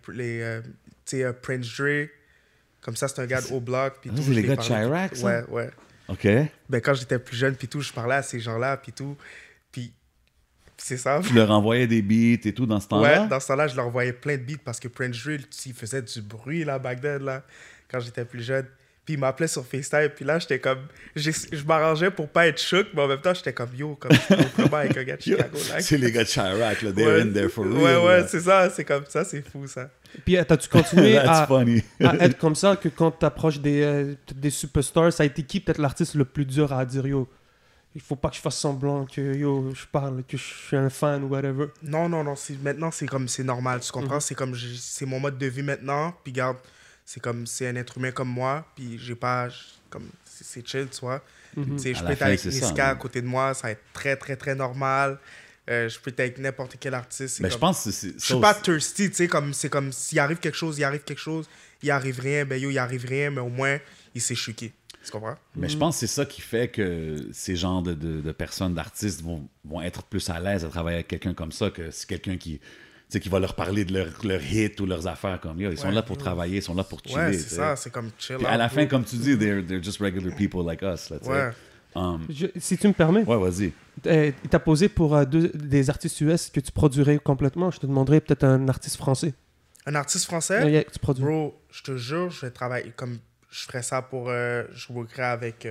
sais, Prince Dre. Comme ça, c'est un gars de O-Block. puis Ah, tout, c'est je les les gars de parlais. Chirac, ça? Ouais, ouais. OK. Ben quand j'étais plus jeune, puis tout, je parlais à ces gens-là, puis tout. Puis c'est ça. Tu leur envoyais des beats et tout dans ce temps-là? Ouais, dans ce temps-là, je leur envoyais plein de beats parce que Prince Dre, il faisait du bruit, là, back then, là, quand j'étais plus jeune. Puis il m'appelait sur FaceTime, puis là, j'étais comme... Je m'arrangeais pour pas être choc, mais en même temps, j'étais comme, yo, comme je parle vraiment avec un gars de Chicago, là. C'est les gars de Chirac, là. They're Ouais. in there for real. Ouais, là. c'est ça, c'est comme ça, c'est fou, ça. Puis t'as-tu continué That's à funny. être comme ça, que quand t'approches des superstars, ça a été qui peut-être l'artiste le plus dur à dire, yo, il faut pas que je fasse semblant que, yo, je parle, que je suis un fan ou whatever. Non, maintenant, c'est comme, c'est normal, tu comprends? C'est comme, c'est mon mode de vie maintenant, puis garde, c'est comme, c'est un être humain comme moi, puis j'ai pas, comme, c'est chill, tu vois? Tu sais, À je la peux être fin, avec c'est ça, Niska à hein. côté de moi, ça va être très, très, très normal. Je peux être avec n'importe quel artiste. c'est Mais je comme- pense que c'est... Je suis pas thirsty, tu sais, comme, c'est comme, s'il arrive quelque chose, il arrive rien, ben yo, il arrive rien, mais au moins, il s'est chuqué. Tu comprends? Mais je pense que c'est ça qui fait que ces genres de personnes, d'artistes vont être plus à l'aise à travailler avec quelqu'un comme ça que si quelqu'un qui va leur parler de leur hit ou leurs affaires comme yo. Ils sont Ouais. là pour travailler, ils sont là pour chiller. Ouais, tu c'est sais. ça, c'est comme chill. Puis à la out, fin, bro. comme tu dis, they're just regular people like us. Là, tu sais. Ouais. Si tu me permets, Ouais, vas-y. il t'a posé pour des artistes US que tu produirais complètement. Je te demanderais peut-être un artiste français. Un artiste français? Yeah, que tu produis. Bro, je te jure, je vais travailler comme... Je ferais ça pour... je workerais avec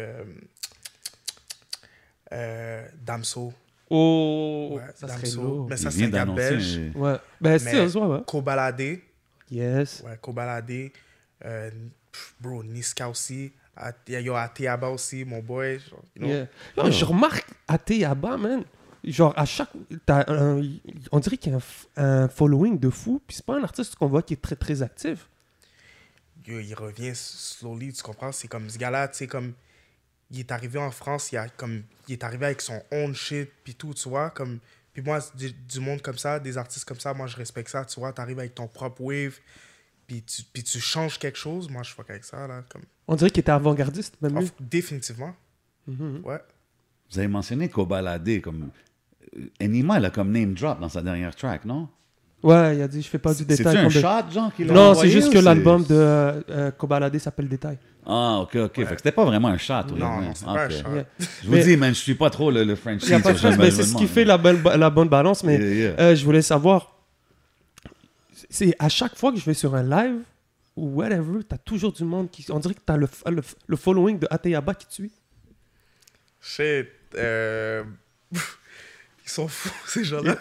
Damso. Oh, Ouais, ça serait Damso. lourd. Mais ça, Il c'est vient un gars d'annoncer, belge. Ouais. Ben, Mais c'est ouais. Kobalade. Yes. Ouais, Kobalade. Bro, Niska aussi. Il y a Atiaba aussi, mon boy. Genre, you know. Yeah. Yo, je remarque à Théaba, man. Genre, à chaque. On dirait qu'il y a un following de fou. Puis c'est pas un artiste qu'on voit qui est très, très actif. Yo, il revient slowly, tu comprends? C'est comme ce gars-là, tu sais, comme. Il est arrivé en France, il est arrivé avec son own shit, puis tout, tu vois. Comme, puis moi, du monde comme ça, des artistes comme ça, moi, je respecte ça, tu vois. T'arrives avec ton propre wave, puis tu changes quelque chose. Moi, je fuck avec ça, là. Comme... On dirait qu'il était avant-gardiste, même lui. Définitivement. Mhm. Ouais. Vous avez mentionné Kobalade comme... Enima, elle a comme name drop dans sa dernière track, non? Ouais, il a dit, je fais pas du détail. C'est-tu un comme de- shot, genre, qu'il a Non, envoyé, c'est juste ou que c'est- l'album de Kobalade s'appelle Détail. Ah, OK. Ouais. Fait que c'était pas vraiment un shot. Non, c'est pas un shot. Yeah. Je vous Mais- dis, man, je suis pas trop le French Il y a pas de stress, mais c'est ce qui fait la bonne balance. Mais je voulais savoir, c'est à chaque fois que je vais sur un live ou whatever, t'as toujours du monde qui... On dirait que t'as le following de Ateyaba qui te suit. Shit. Ils sont fous, ces gens-là.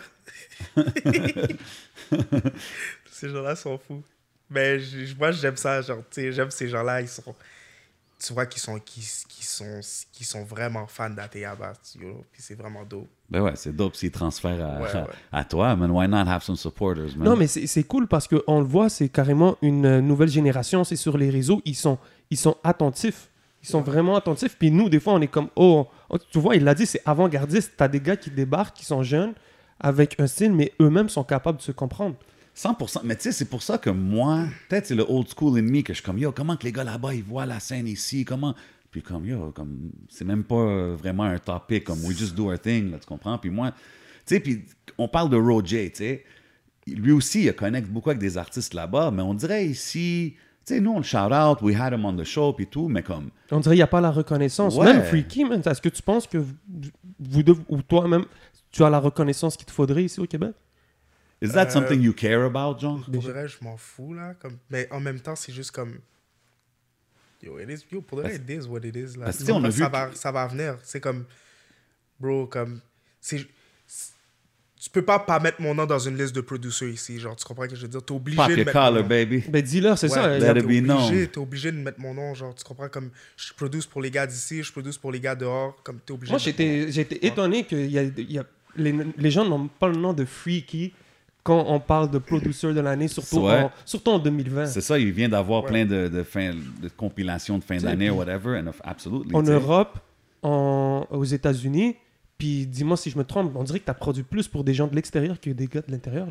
Ces gens-là sont fous. Mais moi, j'aime ça. Genre, tu sais, j'aime ces gens-là. Ils sont... Tu vois qu'ils sont vraiment fans d'Ateyaba. Puis c'est vraiment dope. Ben ouais, c'est dope s'ils transfèrent Ouais. à toi, man. Why not have some supporters, man? Non, mais c'est cool parce qu'on le voit, c'est carrément une nouvelle génération. C'est sur les réseaux, ils sont attentifs. Ils sont vraiment attentifs. Puis nous, des fois, on est comme, tu vois, il l'a dit, c'est avant-gardiste. T'as des gars qui débarquent, qui sont jeunes, avec un style, mais eux-mêmes sont capables de se comprendre. 100%. Mais tu sais, c'est pour ça que moi, peut-être c'est le old school in me que je suis comme, yo, comment que les gars là-bas, ils voient la scène ici, comment... Puis comme, yo, comme, c'est même pas vraiment un topic, comme, we just do our thing, là, tu comprends? Puis moi, tu sais, puis on parle de Roger, tu sais, lui aussi, il connecte beaucoup avec des artistes là-bas, mais on dirait ici, tu sais, nous, on le shout-out, we had him on the show, puis tout, mais comme... On dirait qu'il n'y a pas la reconnaissance. Ouais. Même Freaky, man, est-ce que tu penses que ou toi-même, tu as la reconnaissance qu'il te faudrait ici au Québec? Is that something you care about, genre? Pour de vrai, je m'en fous, là. Comme... Mais en même temps, c'est juste comme... Yo, pour de vrai, it is what it is, là. Parce que, tu sais, on a vu Ça va venir. C'est comme... Bro, comme... Tu peux pas mettre mon nom dans une liste de producers ici. Genre, tu comprends ce que je veux dire? T'es obligé Pop de your mettre mon collar, nom. baby. Ben dis-leur, c'est ça. let it be known. T'es obligé de mettre mon nom, genre, tu comprends? Comme, je produce pour les gars d'ici, je produce pour les gars dehors, comme t'es obligé Moi, de mettre mon nom. j'ai été étonné que les gens n'ont pas le nom de Freaky quand on parle de producer de l'année, surtout, Ouais. surtout en 2020. C'est ça, il vient d'avoir Ouais. plein de compilations de fin d'année, whatever, and absolutely. En tu sais. Europe, aux États-Unis, puis dis-moi si je me trompe, on dirait que tu as produit plus pour des gens de l'extérieur que des gars de l'intérieur. là.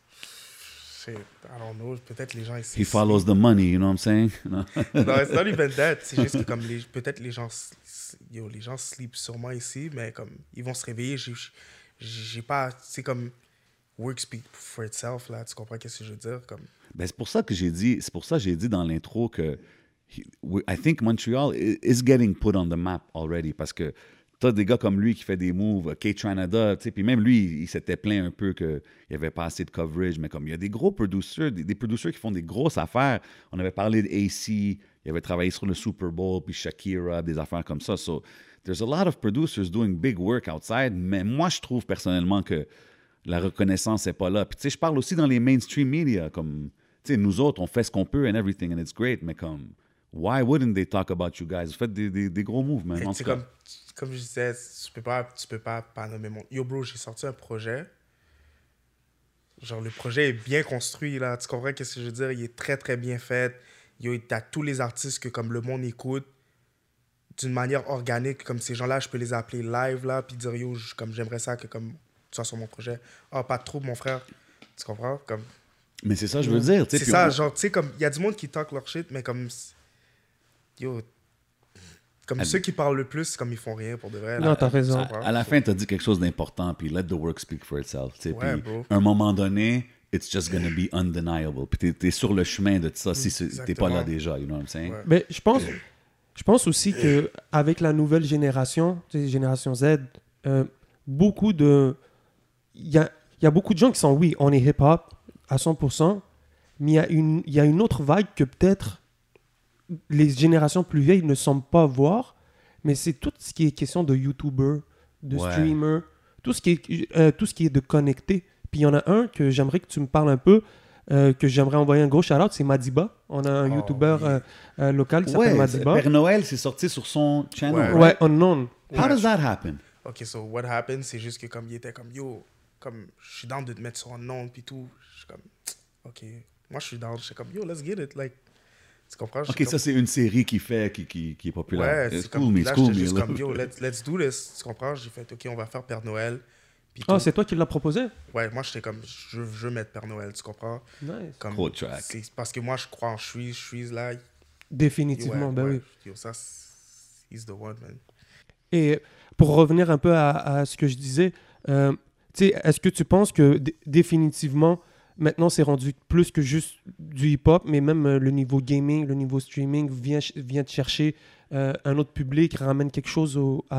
I don't know, peut-être les gens ici... He follows the money, you know what I'm saying? No. Non, it's not even that. C'est juste que comme peut-être les gens sleep sûrement ici, mais comme ils vont se réveiller, j'ai pas... C'est comme... Work speak for itself, là. Tu comprends ce que je veux dire? Comme... Ben, c'est pour ça que j'ai dit dans l'intro que I think Montreal is getting put on the map already parce que t'as des gars comme lui qui fait des moves, K-Tranada, tu sais, puis même lui, il s'était plaint un peu qu'il n'y avait pas assez de coverage, mais comme il y a des gros producers, des producers qui font des grosses affaires. On avait parlé d'AC, il avait travaillé sur le Super Bowl, puis Shakira, des affaires comme ça. So, there's a lot of producers doing big work outside, mais moi, je trouve personnellement que la reconnaissance n'est pas là. Puis tu sais, je parle aussi dans les mainstream media, comme, tu sais, nous autres, on fait ce qu'on peut and everything, and it's great, mais comme, why wouldn't they talk about you guys? Vous faites des gros moves, man. C'est comme je disais, tu peux pas nommer mon... Yo, bro, j'ai sorti un projet. Genre, le projet est bien construit, là. Tu comprends ce que je veux dire? Il est très, très bien fait. Yo, t'as tous les artistes que, comme, le monde écoute d'une manière organique. Comme ces gens-là, je peux les appeler live, là, puis dire, yo, comme, j'aimerais ça que, comme, tu sois sur mon projet. Ah, pas de trouble, mon frère. Tu comprends? Comme... Mais c'est ça, je veux dire. C'est ça, genre, tu sais, comme, il y a du monde qui talk leur shit, mais comme... Yo... Comme ceux qui parlent le plus, comme ils font rien pour de vrai. Non, t'as raison. À la fin, tu as dit quelque chose d'important, puis let the work speak for itself. Tu sais, Ouais, puis bro. à un moment donné, it's just gonna be undeniable. Puis t'es sur le chemin de ça si t'es pas là Exactement. déjà, you know what I'm saying? Ouais. Mais je pense, Je pense aussi qu'avec la nouvelle génération, tu sais, génération Z, beaucoup de... Il y a beaucoup de gens qui sont, oui, on est hip-hop à 100%, mais il y a une autre vague que peut-être les générations plus vieilles ne semblent pas voir, mais c'est tout ce qui est question de YouTuber, de Ouais. streamer, tout ce qui est de connecté. Puis il y en a un que j'aimerais que tu me parles un peu, que j'aimerais envoyer un gros shout-out, c'est Madiba. On a un Oh, YouTuber oui. local qui s'appelle Madiba. Père Noël, c'est sorti sur son channel. Ouais. right? Ouais, unknown. How Ouais. does that happen? Ok, so what happened, c'est juste que comme il était comme yo, comme je suis down de te mettre sur un nom puis tout. Je suis comme ok, moi je suis down. Je suis comme yo, let's get it. Like, tu comprends? Je Ok, suis ça comme, c'est une série qui est populaire. ouais, It's c'est cool comme me, là it's cool j'étais me. juste là. comme yo, let's do this. Tu comprends? J'ai fait ok, on va faire Père Noël. Puis Ah, tout. c'est toi qui l'as proposé? Ouais, moi j'étais comme je veux mettre Père Noël. Tu comprends? Nice. Comme, Gros track. c'est parce que moi je crois en Shreeze là. Définitivement, Ouais, ben ouais. oui. Yo, ça, he's the one, man. Et pour revenir un peu à ce que je disais, tu sais, est-ce que tu penses que définitivement, maintenant, c'est rendu plus que juste du hip-hop, mais même le niveau gaming, le niveau streaming vient te chercher un autre public, ramène quelque chose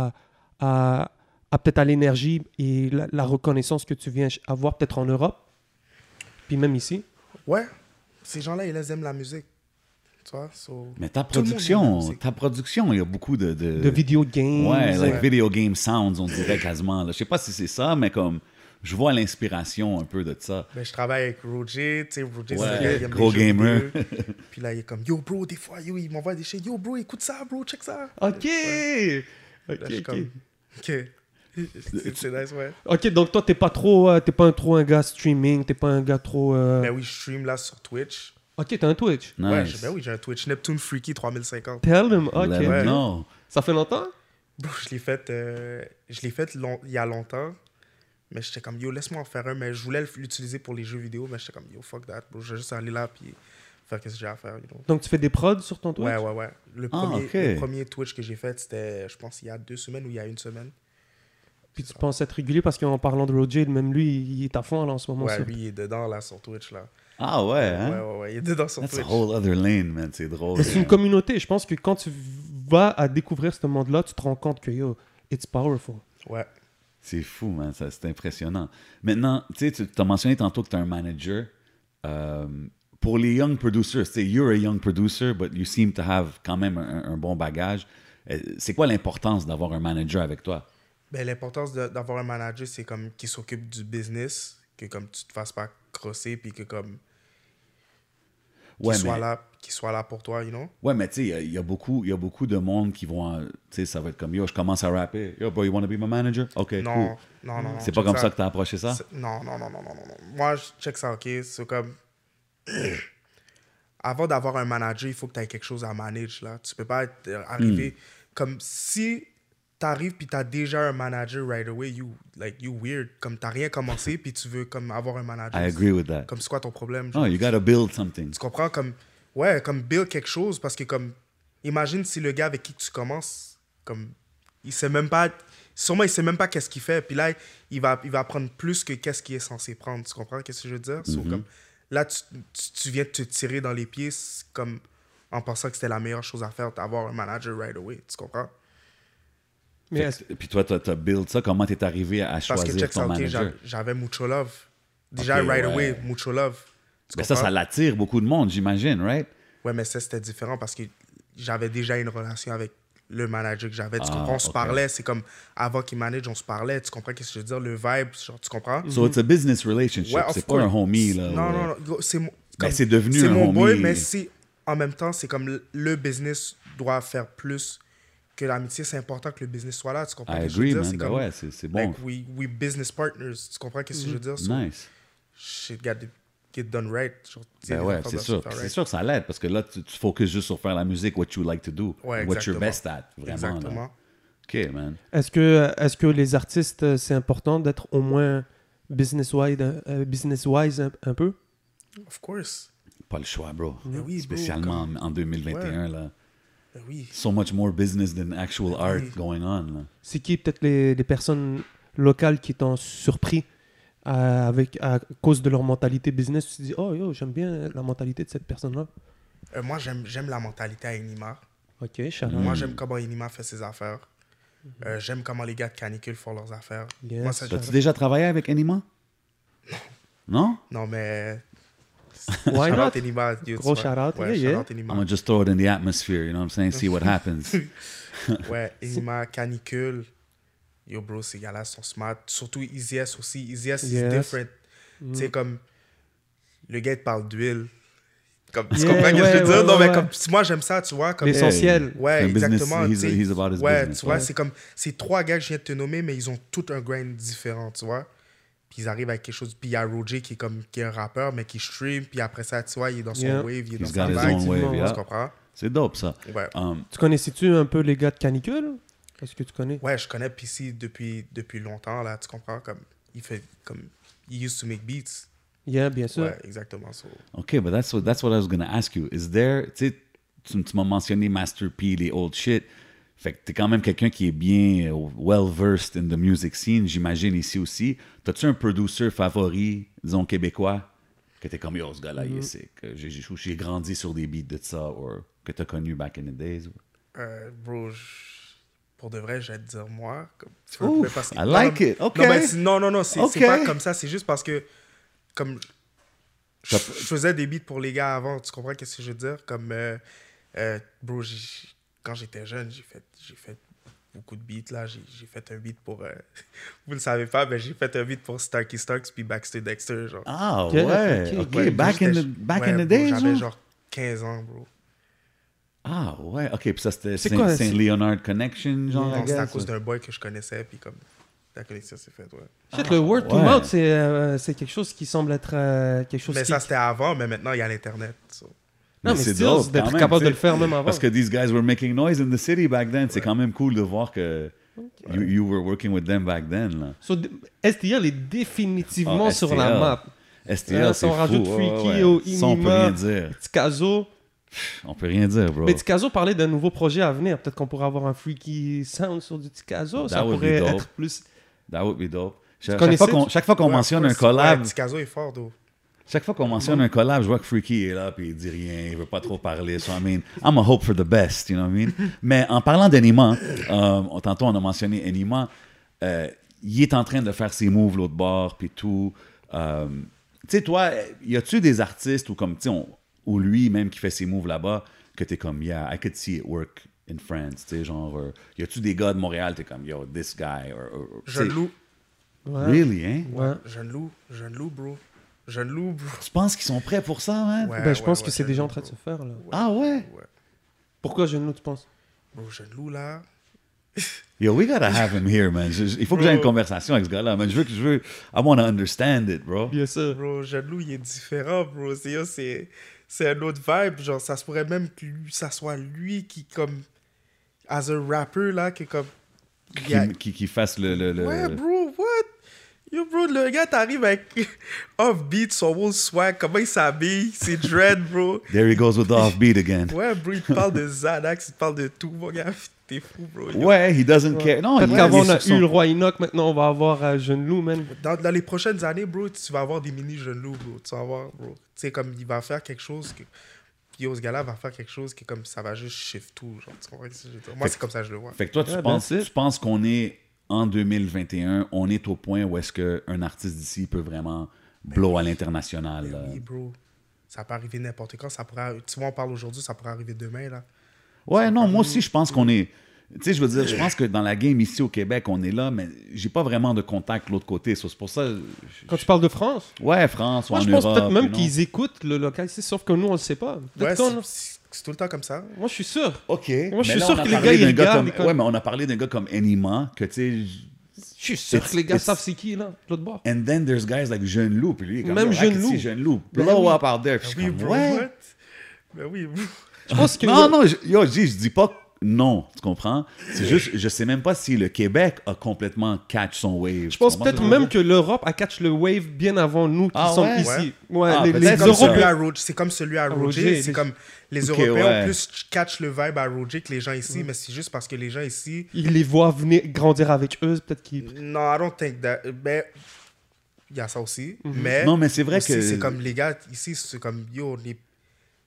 à peut-être à l'énergie et la reconnaissance que tu viens avoir peut-être en Europe, puis même ici? Ouais, ces gens-là, ils aiment la musique. Tu vois? So, Mais ta tout le monde aime la production, il y a beaucoup de Video games. ouais, like Ouais. video game sounds, on dirait quasiment. Là. Je sais pas si c'est ça, mais comme je vois l'inspiration un peu de ça. ben, je travaille avec Roger, tu sais, Roger, Ouais, c'est le gars, il aime gros les jeux gamer. vidéo. Puis là, il est comme, yo, bro, des fois, yo, il m'envoie des shit, yo, bro, écoute ça, bro, check ça. OK! Ouais. OK, Là, je suis OK. comme, ok. C'est nice, ouais. OK, donc toi, t'es pas trop un gars streaming, t'es pas un gars trop... Ben oui, je stream là sur Twitch. OK, t'as un Twitch. Ouais, Nice. ben oui, j'ai un Twitch Neptune Freaky 3050. Tell them, OK. Let 'em Ouais. know. Ça fait longtemps? Bro, je l'ai fait, il y a longtemps. Mais j'étais comme, yo, laisse-moi en faire un. Mais je voulais l'utiliser pour les jeux vidéo. Mais j'étais comme, yo, fuck that. Bro, je vais juste aller là puis faire ce que j'ai à faire. You know? Donc tu fais des prods sur ton Twitch? Ouais. Le ok. premier Twitch que j'ai fait, c'était, je pense, il y a 2 semaines ou il y a 1 semaine. Puis tu penses être régulier parce qu'en parlant de Roger, même lui, il est à fond là, en ce moment. Ouais, sur- lui, il est dedans, là, sur Twitch, là. Ah ouais, hein? Ouais, il est dedans sur That's a Twitch. whole other lane, man. C'est drôle. Mais c'est une communauté. Je pense que quand tu vas à découvrir ce monde-là, tu te rends compte que, yo, it's powerful. Ouais. C'est fou, man. C'est impressionnant. Maintenant, tu sais, tu as mentionné tantôt que tu es un manager. Pour les young producers, tu sais, you're a young producer, but you seem to have quand même un bon bagage. C'est quoi l'importance d'avoir un manager avec toi? Ben, l'importance d'avoir un manager, c'est comme qu'il s'occupe du business, que comme tu te fasses pas crosser, puis que comme qu'il Ouais, soit là pour toi, you know? Ouais, mais tu sais, il y a beaucoup de monde qui vont, tu sais, ça va être comme, yo, je commence à rapper. Yo, bro, you want to be my manager? OK, Non, cool. non. C'est pas check comme ça que tu as approché ça? Non. Moi, je check ça, OK? C'est comme... Avant d'avoir un manager, il faut que tu aies quelque chose à manager, là. Tu peux pas arriver... Comme si t'arrives puis t'as déjà un manager right away, you weird. Comme t'as rien commencé puis tu veux comme avoir un manager. I agree with that. Comme c'est quoi ton problème? Oh, you gotta build something. Tu comprends? Comme, ouais, comme build quelque chose parce que comme, imagine si le gars avec qui tu commences, comme, il sait même pas, sûrement il sait même pas qu'est-ce qu'il fait. Puis là, il va prendre plus que qu'est-ce qu'il est censé prendre. Tu comprends qu'est-ce que je veux dire? So, comme, là, tu viens de te tirer dans les pieds comme en pensant que c'était la meilleure chose à faire, d'avoir un manager right away. Tu comprends? Mais Puis toi, tu as build ça. Comment tu es arrivé à Parce que choisir check ton ça, ok, manager? j'avais Mucho Love. Déjà, Ok, right ouais. away, Mucho Love. Tu Ben ça comprends? l'attire beaucoup de monde, j'imagine, right? Ouais, mais ça, c'était différent parce que j'avais déjà une relation avec le manager que j'avais. Tu comprends? On se ok. parlait. C'est comme avant qu'il manage, on se parlait. Tu comprends qu'est-ce que je veux dire? Le vibe, genre, tu comprends? So it's a business relationship. Ouais, of C'est pas un course. homie, là. Non. C'est Ben, comme- c'est devenu c'est un mon homie. boy, mais en même temps, c'est comme le business doit faire plus que l'amitié. C'est important que le business soit là. Tu comprends I ce que je veux agree, dire? man. C'est Ben comme, ouais, c'est bon. like, we business partners. Tu comprends qu'est-ce que je veux dire? So, Nice. shit got to get done right. Genre, tu sais, Ben les ouais, affaires c'est doivent sûr. se faire C'est right. sûr, ça l'aide parce que là, tu focuses juste sur faire la musique, what you like to do, Ouais, what you're exactement. best at, vraiment. Exactement. Là. OK, man. est-ce que les artistes, c'est important d'être au moins business-wise un peu? Of course. Pas le choix, bro. Ben oui, bro, Spécialement comme- en 2021, là. Ben oui. So much more business than actual art Oui. going on, là. C'est qui peut-être les personnes locales qui t'ont surpris à cause de leur mentalité business? Tu te dis, oh yo, j'aime bien la mentalité de cette personne-là. Moi, j'aime la mentalité à Enima. Ok, shout out. Moi, j'aime comment Enima fait ses affaires. J'aime comment les gars de Canicule font leurs affaires. Yes. Moi, ça, As-tu déjà travaillé avec Enima? Non? non, mais... Why Shout not? out Enima. Yo, Gros tu vois. shout out, Ouais, yeah. shout out Enima. I'm gonna just throw it in the atmosphere, you know what I'm saying? See what happens. Ouais, Enima, Canicule. Yo, bro, ces gars-là sont smart. Surtout Easy S aussi. Easy S is Yes. different. Tu sais, comme... Le gars, il te parle d'huile. Comme, tu Yeah, comprends ce que je veux ouais, dire? ouais, Non, mais ouais. comme... Moi, j'aime ça, tu vois. Comme, L'essentiel. ouais, Un business, exactement. tu sais. he's about his Ouais, business. tu vois, ouais. c'est comme... C'est 3 gars que je viens de te nommer, mais ils ont tout un grind différent, tu vois. Puis ils arrivent avec quelque chose... Puis il y a Roger qui est un rappeur, mais qui stream. Puis après ça, tu vois, il est dans son Yeah. wave, il est He's dans got sa his vibe. own wave, Tu yeah. comprends? C'est dope, ça. Ouais. Tu connaissais-tu un peu les gars de Canicule? Est-ce que tu connais? Ouais, je connais PC depuis longtemps, là, tu comprends? Comme, il fait... Comme... He used to make beats. Yeah, bien sûr. Ouais, exactement. So. OK, but that's what I was going to ask you. Is there, tu sais, tu m'as mentionné Master P, les old shit. Fait que t'es quand même quelqu'un qui est bien well-versed in the music scene, j'imagine, ici aussi. T'as-tu un producer favori, disons, québécois, que t'es comme, yo, ce gars-là, il est sick. J'ai grandi sur des beats de ça, ou que t'as connu back in the days? Bro, pour de vrai, je vais te dire moi. Comme, Oof, mais parce que- I like non, it. OK. Non, mais non, c'est OK. pas comme ça. C'est juste parce que, comme, je T'as- faisais des beats pour les gars avant. Tu comprends ce que je veux dire? Comme, bro, quand j'étais jeune, j'ai fait beaucoup de beats. Là, j'ai fait un beat pour... vous le savez pas, mais j'ai fait un beat pour Starkey Starks puis Baxter Dexter, genre. Ah, Ok, ouais. ok, OK, ok. back in Ouais, the bro, days, j'avais genre? genre 15 ans, bro. Ah, ouais. OK, puis ça, c'était C'est quoi, Saint c'est- Leonard Connection, genre, I Non, c'était à guess, cause ou- d'un boy que je connaissais, puis comme la connexion s'est faite, ouais. Shit, le word to ouais. mouth, c'est quelque chose qui semble être quelque chose Mais qui... ça, c'était avant, mais maintenant, il y a l'Internet. so. Non, mais c'est still, dope, d'être quand même, capable de tu le sais. faire même avant. Parce que these guys were making noise in the city back then. C'est quand même cool de voir que you were working with them back then. Là. So, STL est définitivement Ah, sur STL. la map. STL, Si c'est on fou. rajoute Freaky au Ça, on peut Inima, rien dire. Petit Caso. On peut rien dire, bro. Mais Tikazo parlait d'un nouveau projet à venir. Peut-être qu'on pourrait avoir un Freaky Sound sur du Tikazo. Ça That would be pourrait dope. être plus... That would be dope. Chaque connaissais- fois qu'on Ouais, mentionne ouais, un collab, Ouais, Tikazo est fort, though. chaque fois qu'on mentionne un collab, je vois que Freaky est là puis il dit rien, il veut pas trop parler. So I mean, I'm a hope for the best, you know what I mean? Mais en parlant d'Enima, tantôt on a mentionné Enima, il est en train de faire ses moves l'autre bord puis tout. Tu sais, toi, y a-tu des artistes ou comme, tu sais, ou lui même qui fait ses moves là-bas, que t'es comme, yeah, I could see it work in France, tu sais, genre, y a-tu des gars de Montréal, t'es comme, yo, this guy, tu sais, Jeune Loup. Ouais. really, hein? Ouais. Jeune Loup, bro. Jeune Loup, bro. Tu penses qu'ils sont prêts pour ça, man? Ouais, Ben, je pense ouais, que c'est Jeune déjà en Loup, train de se bro. faire, là. Ah ouais? Ouais. Pourquoi Jeune Loup, tu penses? Bro, Jeune Loup, là. Yo, we gotta have him here, man. Il faut que j'ai une conversation avec ce gars-là, man. I want to understand it, bro. Bien sûr. Bro, Jeune Loup, il est différent, bro. C'est un autre vibe. Genre, ça se pourrait même que ça soit lui qui, comme, as a rapper, là, qui, comme... il y a- Qui fasse le... Ouais, bro, what? Yo, bro, le gars t'arrive avec off-beat, son whole swag, comment il s'habille, c'est dread, bro. There he goes with the offbeat again. Ouais, bro, il te parle de Xanax, il te parle de tout, mon gars. T'es fou, bro. Yo. Ouais, he doesn't care. Non, Peut-être il qu'avant, est on a sur son- eu le roi Enoch. Maintenant, on va avoir Jeune Loup, man. Dans les prochaines années, bro, tu vas avoir des mini jeunes loups, bro. Tu vas voir, bro. Tu sais, comme il va faire quelque chose que... Yo, ce gars-là va faire quelque chose qui, comme, ça va juste shift tout, genre. Tu comprends ce que je veux dire? Moi, c'est comme ça que je le vois. Fait que toi, Ouais, tu penses qu'on est en 2021, on est au point où est-ce qu'un artiste d'ici peut vraiment blow à l'international. là? Oui, bro. Ça peut arriver n'importe quand. Ça pourrait... Tu vois, on parle aujourd'hui, ça pourrait arriver demain, là. Ouais, non, moi aussi, je pense qu'on est... Tu sais, je veux dire, je pense que dans la game ici au Québec, on est là, mais j'ai pas vraiment de contact de l'autre côté. So, c'est pour ça... Quand tu parles de France, Ouais, France ou moi, en je pense Europe. peut-être même you know. qu'ils écoutent le local ici, sauf que nous, on le sait pas. Ouais, Peut-être qu'on- c'est tout le temps comme ça. Moi, je suis sûr. OK. Moi, je Mais suis là, sûr on a que les parlé gars, ils d'un regardent, comme- ils connaissent. Ouais, mais on a parlé d'un gars comme Enima, que tu sais... Je suis sûr que les gars it's- savent c'est qui, là, de l'autre bord. And then there's guys like Jeune Loup, puis lui, il est comme, Même yo, I Jeune can Loup. see Jeune Loup. Ben Blow oui. up out there. Puis je suis Oui, comme, bro, ouais. what? Ben oui, bro. Je pense que... Non, non, je dis pas non, tu comprends? C'est juste, je sais même pas si le Québec a complètement catch son wave. Je pense peut-être même que l'Europe a catch le wave bien avant nous qui Ah sommes ouais? ici. Ouais, Ah, les peut-être Comme celui Européens. à Roger. C'est comme celui à Roger, Roger. C'est les- comme les Ok, Européens ouais. ont plus catch le vibe à Roger que les gens ici, mais c'est juste parce que les gens ici... Ils les voient venir grandir avec eux, peut-être qu'ils... Non, I don't think that... Ben, il y a ça aussi, mais... Non, mais c'est vrai aussi, que... c'est comme les gars ici, c'est comme, yo,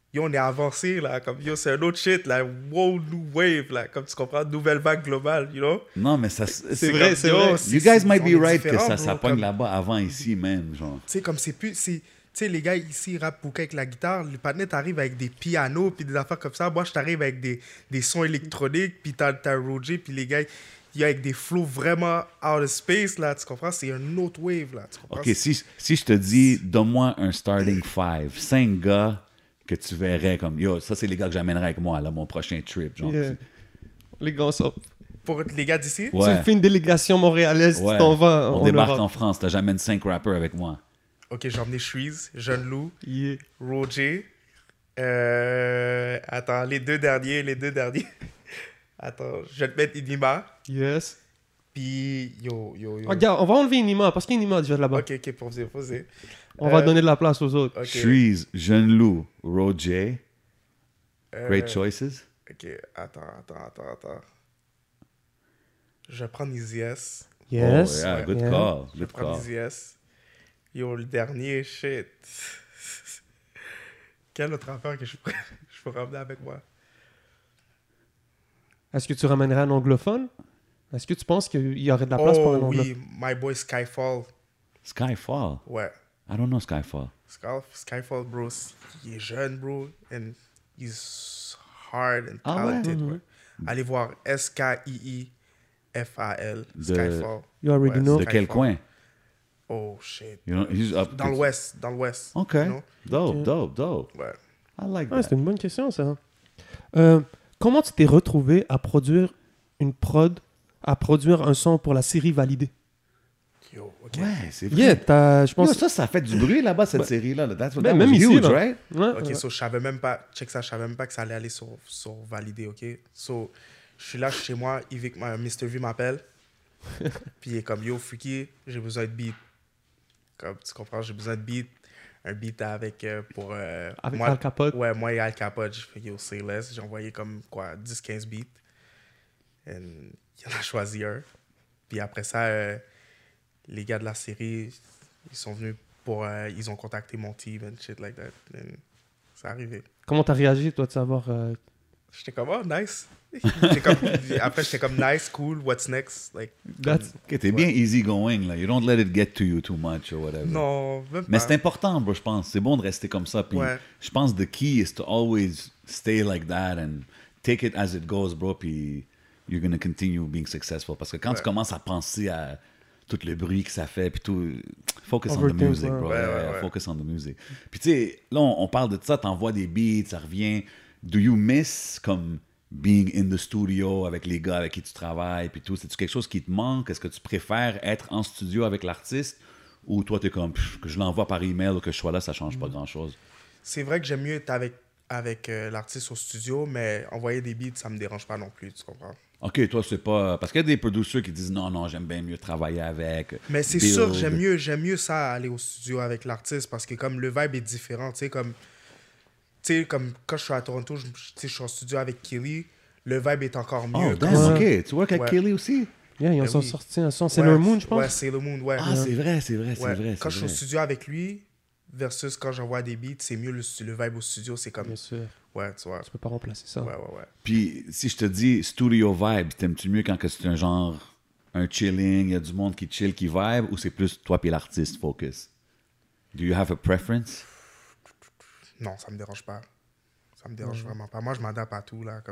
yo, on est avancé, là. Comme, yo, c'est un autre shit, là. Wow, new wave, là. Comme tu comprends, nouvelle vague globale, you know? Non, mais ça... C'est vrai, c'est vrai. You guys might be on est right que différents, ça bro, pogne comme- là-bas avant ici même, genre. Tu sais, comme c'est plus. Tu sais, les gars ici, ils rappent beaucoup avec la guitare. Les partenaires t'arrivent avec des pianos, puis des affaires comme ça. Moi, je t'arrive avec des sons électroniques, puis t'as Roger, puis les gars, il y a avec des flows vraiment out of space, là. Tu comprends? C'est un autre wave, là. Tu comprends? OK, si je te dis, donne-moi un starting 5 gars que tu verrais comme, yo, ça, c'est les gars que j'amènerais avec moi, là, mon prochain trip, genre. Yeah. Les gars, ça. Pour les gars d'ici? Ouais. Tu fais une délégation montréalaise, Ouais. tu t'en vas On en débarque Europe. en France, j'amène 5 rappers avec moi. Ok, j'ai emmené Shreeze, Jeune Loup, Yeah. Roger. Attends, les deux derniers. Attends, je vais te mettre Inima. Yes. Puis, yo. Regarde, on va enlever Inima, parce qu'Inima déjà là-bas. Ok, posez. On va donner de la place aux autres. Ok. Shreeze, Jeune Loup, Roger. Great choices. Ok, attends. Je vais prendre Easy S. Yes. Oh, yeah, good Yeah. call. Je vais Good prendre call. Easy S. Yo, le dernier, shit. Quelle autre affaire que je peux ramener avec moi? Est-ce que tu ramènerais un anglophone? Est-ce que tu penses qu'il y aurait de la place pour un Oh anglophone? oui, My Boy Skyfall. Skyfall. Ouais. I don't know Skyfall. Skyfall, bro, il est jeune, bro, and he's hard and Ah ouais? talented. Ouais. Allez voir SKIIFAL, De- Skyfall. You already know. De quel Skyfall. coin? Oh, shit. You know, he's up. Dans l'ouest. OK. you know? Dope. Ouais. I like Ah, that. c'est une bonne question, ça. Comment tu t'es retrouvé à produire à produire un son pour la série validée? Yo, ok. Ouais, c'est vrai. Yeah, je pense... Yo, ça fait du bruit là-bas, cette série-là. That was même ici, huge, là. right? Ouais, Ok, ouais. so je savais même pas, check ça, je savais même pas que ça allait aller sur valider, ok? So, je suis là chez moi, Mr. V m'appelle, puis il est comme, yo, Freaky, j'ai besoin de beat. Comme, tu comprends, j'ai besoin de beat. Un beat avec, pour... Avec moi, Al Capote. Ouais, moi et Al Capote, j'ai fait, yo, say less. J'ai envoyé comme, quoi, 10-15 beats. Et il en a choisi un. Puis après ça, les gars de la série, ils sont venus pour... ils ont contacté mon team and shit like that. And c'est arrivé. Comment t'as réagi, toi, de savoir... J'étais comme, oh, nice. Après, j'étais comme, nice, cool, what's next? Like, That's- OK, t'es bien easy going, là. You don't let it get to you too much or whatever. non, même Mais pas. c'est important, bro, je pense. C'est bon de rester comme ça. Puis Ouais. je pense the key is to always stay like that and take it as it goes, bro. Puis you're going to continue being successful. Parce que quand tu commences à penser à tout le bruit que ça fait, puis tout, focus on the Overthink, music, ouais. bro. Ouais, Yeah, ouais. Focus on the music. Puis tu sais, là, on parle de ça, t'envoies des beats, ça revient. Do you miss comme being in the studio avec les gars avec qui tu travailles, puis tout? C'est-tu quelque chose qui te manque? Est-ce que tu préfères être en studio avec l'artiste ou toi, t'es comme, pff, que je l'envoie par email ou que je sois là, ça change pas grand-chose? C'est vrai que j'aime mieux être avec l'artiste au studio, mais envoyer des beats, ça me dérange pas non plus, tu comprends? OK, toi, c'est pas... Parce qu'il y a des producers qui disent non, j'aime bien mieux travailler avec. Mais c'est build. sûr, j'aime mieux ça, aller au studio avec l'artiste, parce que comme le vibe est différent, tu sais, comme quand je suis à Toronto, je suis en studio avec Kelly, le vibe est encore mieux. Oh, damn, Ouais. OK. Tu work avec Ouais. Kelly aussi? Yeah, ils ont Ben oui. sorti un son. C'est le Moon, je pense. Ouais, c'est le Moon, ouais. Ah, c'est vrai. Ouais. Quand je suis au studio avec lui, versus quand j'envoie des beats, c'est mieux le vibe au studio, c'est comme... Bien sûr. Ouais, tu vois. Tu peux pas remplacer ça. Ouais. Puis, si je te dis studio vibe, t'aimes-tu mieux quand que c'est un genre, un chilling, il y a du monde qui chill, qui vibe, ou c'est plus toi puis l'artiste focus? Do you have a preference? Non, ça me dérange pas. Ça me dérange vraiment pas. Moi, je m'adapte à tout, là, comme...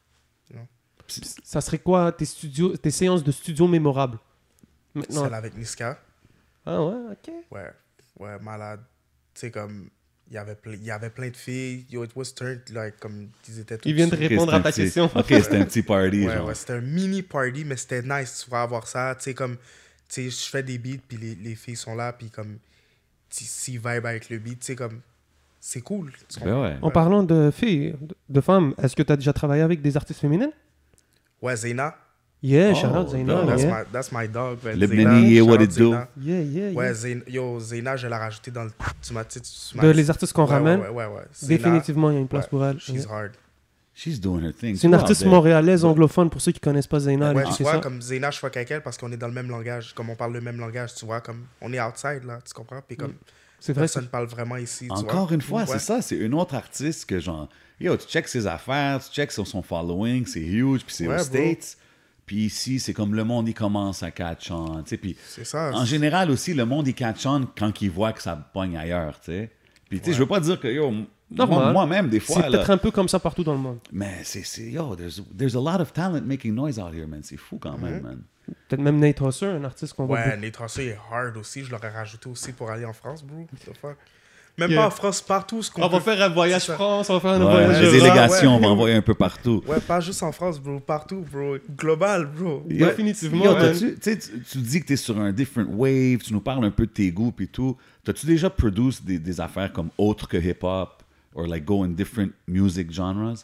Ça serait quoi tes séances de studio mémorables? Maintenant. Celle avec Niska. Ah ouais, ok. Ouais, malade. Tu sais, comme... Il y avait plein de filles. Yo, it was turned, like, comme... Ils étaient tous... Ils viennent de Ok, répondre c'est à un ta petit- question. OK, c'était un petit party, Ouais, genre. ouais, c'était un mini party, mais c'était nice, tu vas avoir ça. Tu sais, comme... Tu sais, je fais des beats, puis les filles sont là, puis comme... S'ils vibe avec le beat, tu sais, comme... C'est cool. Tu Ben comprends? ouais. En parlant de filles, de femmes, est-ce que tu as déjà travaillé avec des artistes féminines? Ouais, Zayna. Yeah, Oh, shout out Zayna. no, Yeah. That's my dog, man. Lebanese, yeah, shout what out it do? Zayna. Yeah. Ouais, Zayna, je l'ai rajouté dans le... De les artistes qu'on ramène, Ouais. Zayna, définitivement, il y a une place ouais, pour elle. She's hard. She's doing her thing. C'est une too artiste out there. montréalaise anglophone pour ceux qui connaissent pas Zayna. allez Ouais, tu checker vois, ça. comme Zayna, je fuck avec elle parce qu'on est dans le même langage. Comme on parle le même langage, tu vois, comme on est outside, là, tu comprends? Puis comme, C'est vrai, personne parle vraiment ici. tu Encore vois. une fois, Ouais. c'est ça, c'est une autre artiste que genre, yo, tu check ses affaires, tu check sur son following, c'est huge, puis c'est Ouais, aux bro. States. Puis ici, c'est comme le monde, il commence à catch on, tu sais. Puis C'est ça. en général aussi, le monde, il catch on quand il voit que ça pogne ailleurs, tu sais. Puis tu sais, je veux pas dire que, yo, Normal. moi-même, des c'est fois, là, peut-être un peu comme ça partout dans le monde. mais yo, there's a lot of talent making noise out here, man. C'est fou quand même, man. Peut-être même Nate Husser, un artiste qu'on voit Ouais, beaucoup. Nate Husser est hard aussi. Je l'aurais rajouté aussi pour aller en France, bro. What the fuck? Même Yeah. pas en France, partout. Ce qu'on On va peut- faire un voyage c'est ça. France, on va faire un Ouais, voyage les Europe, délégations, ouais. on va envoyer un peu partout. Ouais, pas juste en France, bro. Partout, bro. Global, bro. Yo, Définitivement, yo, man. tu sais, tu dis que tu es sur un different wave, tu nous parles un peu de tes goûts et tout. T'as-tu déjà produit des affaires comme autres que hip-hop, or like go in different music genres?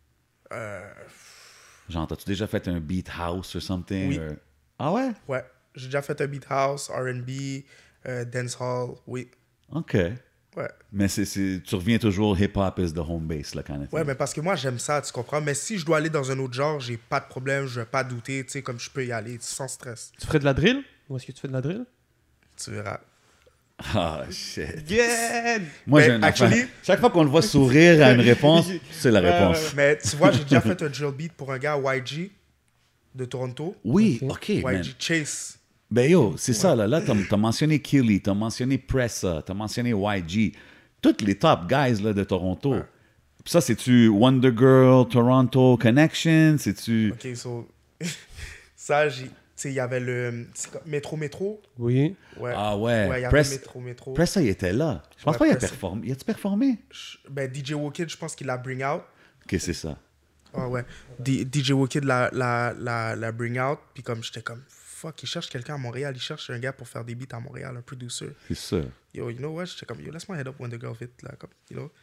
Genre, t'as-tu déjà fait un beat house or something? Oui. Ah ouais? Ouais. J'ai déjà fait un beat house, R&B, dancehall. Oui. OK. Ouais. Mais tu reviens toujours hip-hop is the home base, là, kind of thing. Ouais, mais parce que moi, j'aime ça, tu comprends? Mais si je dois aller dans un autre genre, j'ai pas de problème, je vais pas douter, tu sais, comme je peux y aller sans stress. Tu ferais de la drill? Ou est-ce que tu fais de la drill? Tu verras. Ah, shit. Yeah! Moi, Ben, j'ai un affaire. actually- Chaque fois qu'on le voit sourire à une réponse, c'est la réponse. Mais tu vois, j'ai déjà fait un drill beat pour un gars, YG, de Toronto. Oui, Ok. OK, man. YG Chase. Ben yo, c'est ça, là. Là, t'as mentionné Killy, t'as mentionné Pressa, t'as mentionné YG. Tous les top guys là, de Toronto. Puis ça, c'est-tu Wonder Girl, Toronto Connection? C'est-tu... OK, so... ça, tu sais, il y avait le... c'est quoi, Métro. Oui. Ouais. Ah ouais. Ouais, il y avait Press- Métro. Pressa, il était là. Je pense Ouais, pas qu'il a Pressa. performé. Il a-tu performé? Ben, DJ Wokid, je pense qu'il l'a bring out. OK, c'est ça. Ah ouais. DJ Wokid la bring out. Puis comme, j'étais comme, fuck, il cherche quelqu'un à Montréal. Il cherche un gars pour faire des beats à Montréal, un producer. C'est ça. Yo, you know what? J'étais comme, yo, laisse-moi head up Wonder Girl vite, là, comme, you know.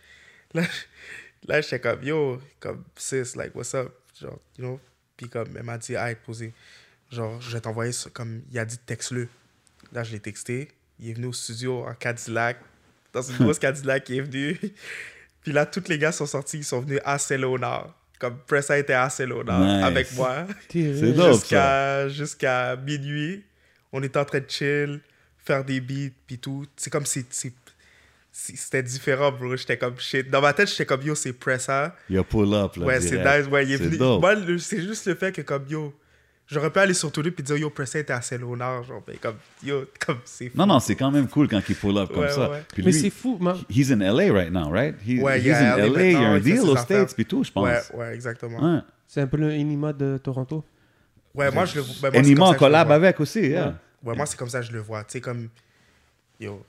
Là j'étais comme, yo, comme, sis, like, what's up? Genre, you know. Puis comme, elle m'a dit, ah, posé. Genre, je vais t'envoyer ça, comme, il a dit, texte-le. Là, je l'ai texté. Il est venu au studio en Cadillac, dans une grosse Cadillac, il est venu. Puis là, tous les gars sont sortis, ils sont venus à Saint-Léonard. Comme Pressa était à Saint-Léonard Nice. avec moi. C'est dope, Jusqu'à minuit. On était en train de chill, faire des beats, puis tout. C'est comme c'était différent, bro. J'étais comme shit. Dans ma tête, j'étais comme yo, c'est Pressa. Il a pull up, là. Ouais, c'est direct. nice. Ouais, il est C'est venu. dope. Moi, c'est juste le fait que, comme yo, j'aurais pu aller sur Toulouse puis dire yo, Pressa était à Saint-Léonard. Genre, ben, comme yo, comme c'est fou. Non, c'est quand même cool quand il pull up comme Ouais, ça. ouais. Puis Mais lui, c'est fou, man. he's in LA right now, right? Ouais, he's il est à in LA LA, il y a maintenant, un il fait deal ses aux affaires. States puis tout, je pense. Ouais, exactement. Ouais. C'est un peu le Enima de Toronto. Ouais, moi, je le ben, moi, c'est Enima comme en ça que je le collab vois. avec aussi, yeah. Ouais, moi, c'est comme ça que je le vois. Tu sais, comme yo.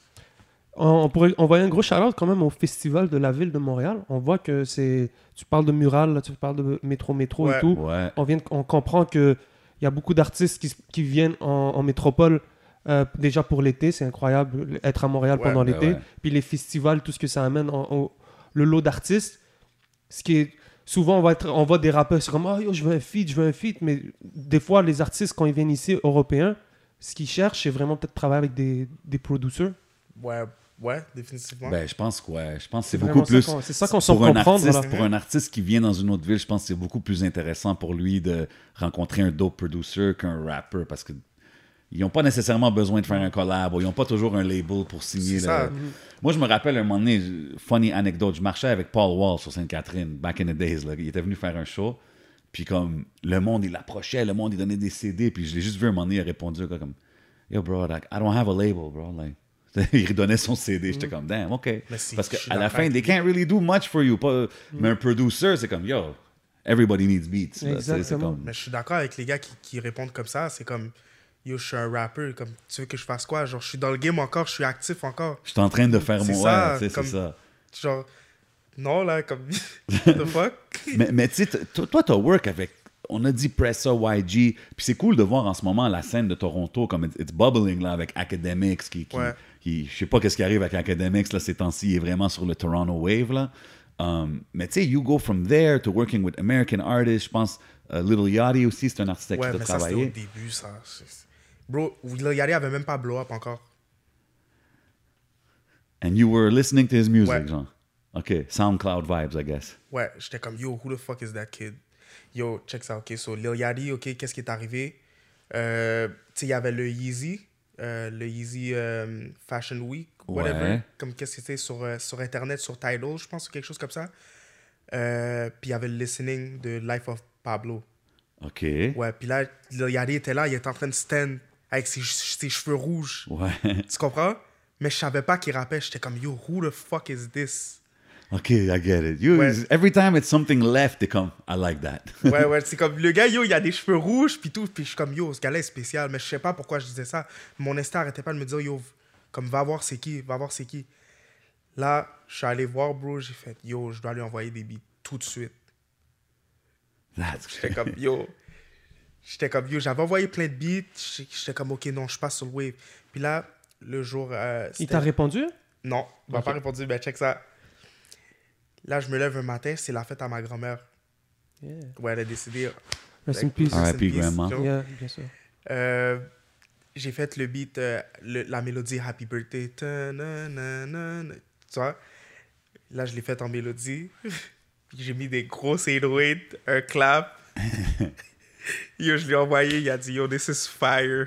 On pourrait envoyer un gros shout-out quand même au festival de la ville de Montréal. On voit que c'est... Tu parles de mural, là, tu parles de métro Ouais. et tout. Ouais. On comprend qu'il y a beaucoup d'artistes qui viennent en métropole déjà pour l'été. C'est incroyable être à Montréal Ouais, pendant ben l'été. ouais. Puis les festivals, tout ce que ça amène, le lot d'artistes. Ce qui est... Souvent, on voit des rappeurs, c'est comme « Ah, yo, je veux un feat. » Mais des fois, les artistes, quand ils viennent ici, européens, ce qu'ils cherchent, c'est vraiment peut-être travailler avec des producers. Ouais, définitivement. Ben, je pense que ouais. Je pense que c'est vraiment beaucoup plus. c'est ça qu'on sent pour un comprendre. artiste, Voilà. pour un artiste qui vient dans une autre ville, je pense que c'est beaucoup plus intéressant pour lui de rencontrer un dope producer qu'un rapper parce que ils n'ont pas nécessairement besoin de faire un collab ou ils n'ont pas toujours un label pour signer. C'est ça. Moi, je me rappelle un moment donné, funny anecdote, je marchais avec Paul Wall sur Sainte-Catherine, back in the days. Là. Il était venu faire un show, puis comme le monde, il approchait, le monde, il donnait des CD, puis je l'ai juste vu un moment donné, il a répondu comme « Yo, bro, like, I don't have a label, bro. » Like, il redonnait son CD, j'étais comme « Damn, OK. » Mais si, Parce je suis qu'à la d'accord fin, avec they can't really do much for you. Mais un producer, c'est comme « Yo, everybody needs beats. » là, tu sais, c'est Exactement. comme... Mais je suis d'accord avec les gars qui répondent comme ça. C'est comme, yo, je suis un rappeur. Comme, tu veux que je fasse quoi? Genre, je suis dans le game encore, je suis actif encore. Je suis en train de faire C'est mon... ça, Ouais, tu sais, comme- c'est ça. Genre, non, là, comme, what the fuck? Mais tu sais, toi, t'as work avec... On a dit Pressa, YG, puis c'est cool de voir en ce moment la scène de Toronto comme it's bubbling là, avec Academics, Ouais. je sais pas qu'est-ce qui arrive avec Academics là, ces temps-ci, il est vraiment sur le Toronto Wave. Là. Mais tu sais, you go from there to working with American artists, je pense Lil Yachty aussi, c'est un artiste avec Ouais, qui mais t'as ça, c'était au travaillé. début, ça. Bro, Lil Yachty avait même pas blow up encore. And you were listening to his music, Ouais. genre. OK, SoundCloud vibes, I guess. Ouais, j'étais comme, yo, who the fuck is that kid? Yo, check ça, ok. So, Lil Yachty, ok, qu'est-ce qui est arrivé? Tu sais, il y avait le Yeezy Fashion Week whatever. Ouais. Comme qu'est-ce que c'était sur Internet, sur Tidal, je pense, ou quelque chose comme ça. Puis il y avait le listening de Life of Pablo. OK. Ouais, puis là, Yadi était là, il était en train de stand avec ses cheveux rouges. Ouais. Tu comprends? Mais je savais pas qu'il rappait. J'étais comme, yo, who the fuck is this? OK, I get it. You, Ouais. Every time it's something left, t'es comme, I like that. Ouais, c'est comme, le gars, yo, il a des cheveux rouges, puis tout. Puis je suis comme, yo, ce gars-là est spécial. Mais je sais pas pourquoi je disais ça. Mon instinct arrêtait pas de me dire, yo, comme, va voir c'est qui, va voir c'est qui. Là, je suis allé voir, bro, j'ai fait, yo, je dois lui envoyer des beats tout de suite. That's J'étais comme, yo. J'avais envoyé plein de beats. J'étais comme, ok, non, je passe sur le wave. Puis là, le jour. Il c'était- t'a répondu? Non, il m'a Ok. pas répondu, mais check ça. Là, je me lève un matin, c'est la fête à ma grand-mère. Yeah. Ouais, elle a décidé. Rest in peace. All right. R.I.P. grandma. Joe. Yeah, bien sûr. J'ai fait le beat, la mélodie Happy Birthday. Ta-na-na-na-na. Tu vois? Là, je l'ai fait en mélodie. Puis j'ai mis des grosses 808, un clap. Yo, je l'ai envoyé, il a dit, yo, this is fire.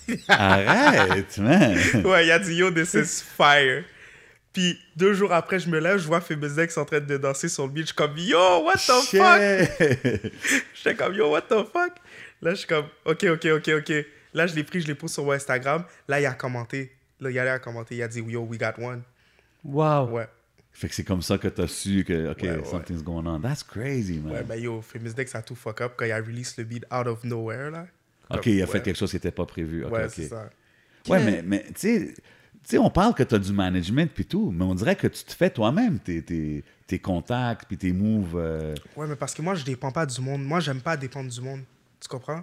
Arrête, man. Ouais, il a dit, yo, this is fire. Puis 2 jours après, je me lève, je vois Famous Dex en train de danser sur le beat. Je suis comme, yo, what the fuck? J'étais comme, yo, what the fuck? Là, je suis comme, ok. Là, je l'ai pris, je l'ai posé sur mon Instagram. Là, il a commenté. Là, il a commenté. Il a dit, yo, we got one. Wow. Ouais. Fait que c'est comme ça que t'as su que, OK, Ouais. something's going on. That's crazy, man. Ouais, ben yo, Famous Dex a tout fuck up quand il a release le beat out of nowhere, là. OK, Comme, il a ouais. fait quelque chose qui n'était pas prévu. OK, Ouais, OK. c'est ça. Ouais, mais tu sais, on parle que tu as du management puis tout, mais on dirait que tu te fais toi-même tes contacts puis tes moves. Ouais, mais parce que moi, je dépends pas du monde. Moi, j'aime pas dépendre du monde. Tu comprends?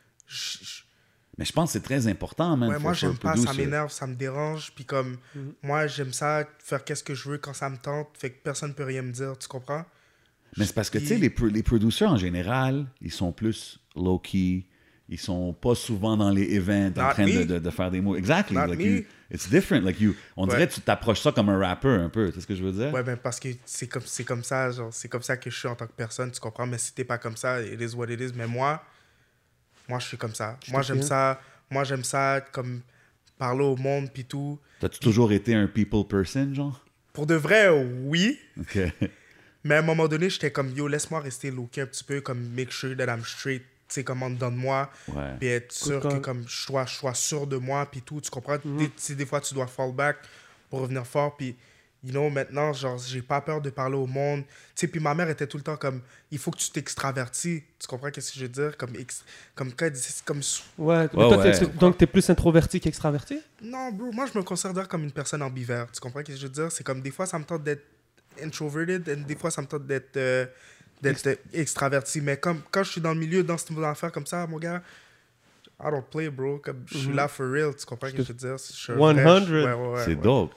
Mais je pense que c'est très important, man. Ouais, moi, for j'aime pas, ça producer. m'énerve, ça me dérange. Puis comme, moi, j'aime ça, faire qu'est-ce que je veux quand ça me tente. Fait que personne peut rien me dire, tu comprends? Mais c'est parce que, tu Puis- sais, les producers en général, ils sont plus low-key. Ils sont pas souvent dans les events en Not train me. de faire des moves. Exactly. Not Like me. it's different. Like on dirait que tu t'approches ça comme un rappeur un peu. Tu sais ce que je veux dire? Ouais, ben parce que c'est comme ça, genre, c'est comme ça que je suis en tant que personne, tu comprends? Mais si t'es pas comme ça, it is what it is. Mais moi, je suis comme ça. Moi, te j'aime file. ça. Moi, j'aime ça, comme, parler au monde, puis tout. T'as-tu toujours été un people person, genre? Pour de vrai, oui. OK. Mais à un moment donné, j'étais comme, yo, laisse-moi rester low-key un petit peu, comme, make sure that I'm straight, tu sais, comme, en dedans de moi. Ouais. Puis être sûr Cool que, call. comme, je sois sûr de moi, puis tout, tu comprends? Tu sais, des fois, tu dois fall back pour revenir fort, puis, you know, maintenant, genre, j'ai pas peur de parler au monde. Tu sais, puis ma mère était tout le temps comme, il faut que tu t'extravertis. Tu comprends qu'est-ce que je veux dire? Comme quand elle dit, c'est comme... Ouais, mais Ouais, toi, ouais. donc t'es plus introverti qu'extraverti? Non, bro, moi, je me considère comme une personne ambiverte. Tu comprends ce que je veux dire? C'est comme, des fois, ça me tente d'être introverted, et des fois, ça me tente d'être extraverti. Mais comme, quand je suis dans le milieu, dans cette affaire comme ça, mon gars, I don't play, bro. Comme, je suis là for real. Tu comprends ce que je veux dire? Je suis un vrai, 100. C'est ouais. dope.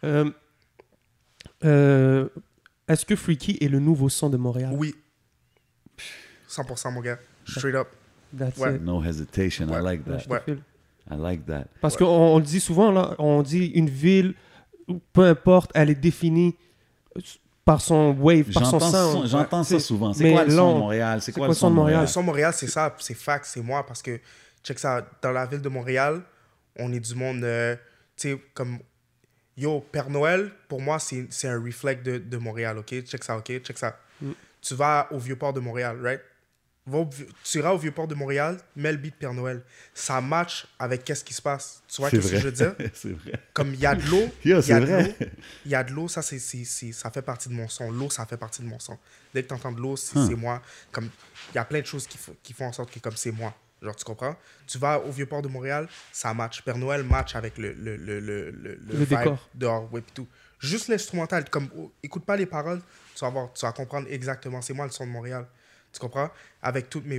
Est-ce que Freaky est le nouveau son de Montréal? Oui. 100%, mon gars. Straight up. That's Ouais. it. No hesitation. I Ouais. like Ouais, that. je te Ouais. file. I like that. Parce qu'on le dit souvent, là, on dit une ville, peu importe, elle est définie par son wave, par son sound. J'entends ça C'est- souvent. C'est mais quoi le son long. de Montréal? C'est quoi le son de Le Montréal? son Montréal, c'est ça. C'est fact, c'est moi. Parce que, check ça, dans la ville de Montréal, on est du monde, tu sais, comme... Yo, Père Noël, pour moi, c'est un reflet de Montréal, OK? Check ça, OK? Check ça. Tu vas au Vieux-Port de Montréal, right? Tu iras au Vieux-Port de Montréal, mets le beat Père Noël. Ça match avec qu'est-ce qui se passe. Tu vois C'est ce que vrai. je veux dire? C'est vrai. Comme il y a de l'eau, Yo, il y c'est a de vrai. l'eau, il y a de l'eau, ça, ça fait partie de mon son. L'eau, ça fait partie de mon son. Dès que tu entends de l'eau, c'est moi. Comme, il y a plein de choses qui font en sorte que comme c'est moi. Genre, tu comprends? Tu vas au Vieux-Port de Montréal, ça match. Père Noël match avec le vibe décor. dehors, ouais, pis tout. Juste l'instrumental, comme, écoute pas les paroles, tu vas comprendre exactement. C'est moi le son de Montréal. Tu comprends? Avec toutes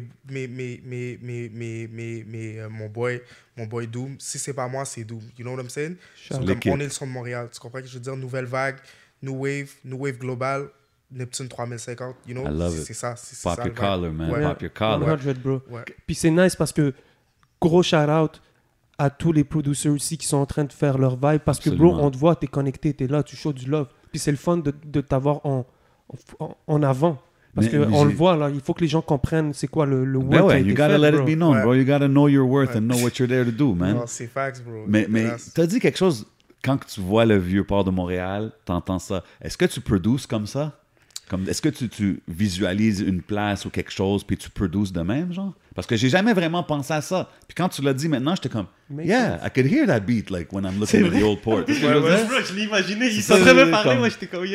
mon boy Doom. Si c'est pas moi, c'est Doom. You know what I'm saying? So, comme L'équipe. on est le son de Montréal. Tu comprends ce que je veux dire? Nouvelle vague, New Wave global, Neptune 3050. You know? I love it. C'est ça. C'est Pop ça, your le vibe. collar, man. Ouais. Pop your collar. 100, bro. Ouais. Puis c'est nice parce que gros shout-out à tous les producers aussi qui sont en train de faire leur vibe. Parce que, bro, Absolument. on te voit, t'es connecté, t'es là, tu shows du love. Puis c'est le fun de t'avoir en avant. Parce Mais qu'on le j'ai- voit, là, il faut que les gens comprennent c'est quoi le work Ben qui a ouais, été you gotta fait, let bro. it be known, Ouais. bro. You gotta know your worth Ouais. and know what you're there to do, man. Non, c'est facts, bro. Mais Dégueulasse. t'as dit quelque chose quand tu vois le vieux port de Montréal, t'entends ça. Est-ce que tu produces comme ça? Est-ce que tu visualises une place ou quelque chose puis tu produces de même, genre? Parce que j'ai jamais vraiment pensé à ça. Puis quand tu l'as dit maintenant, j'étais comme, yeah, I could hear that beat like when I'm looking at the old port. Je l'ai imaginé, il s'en très parlé, moi j'étais comme,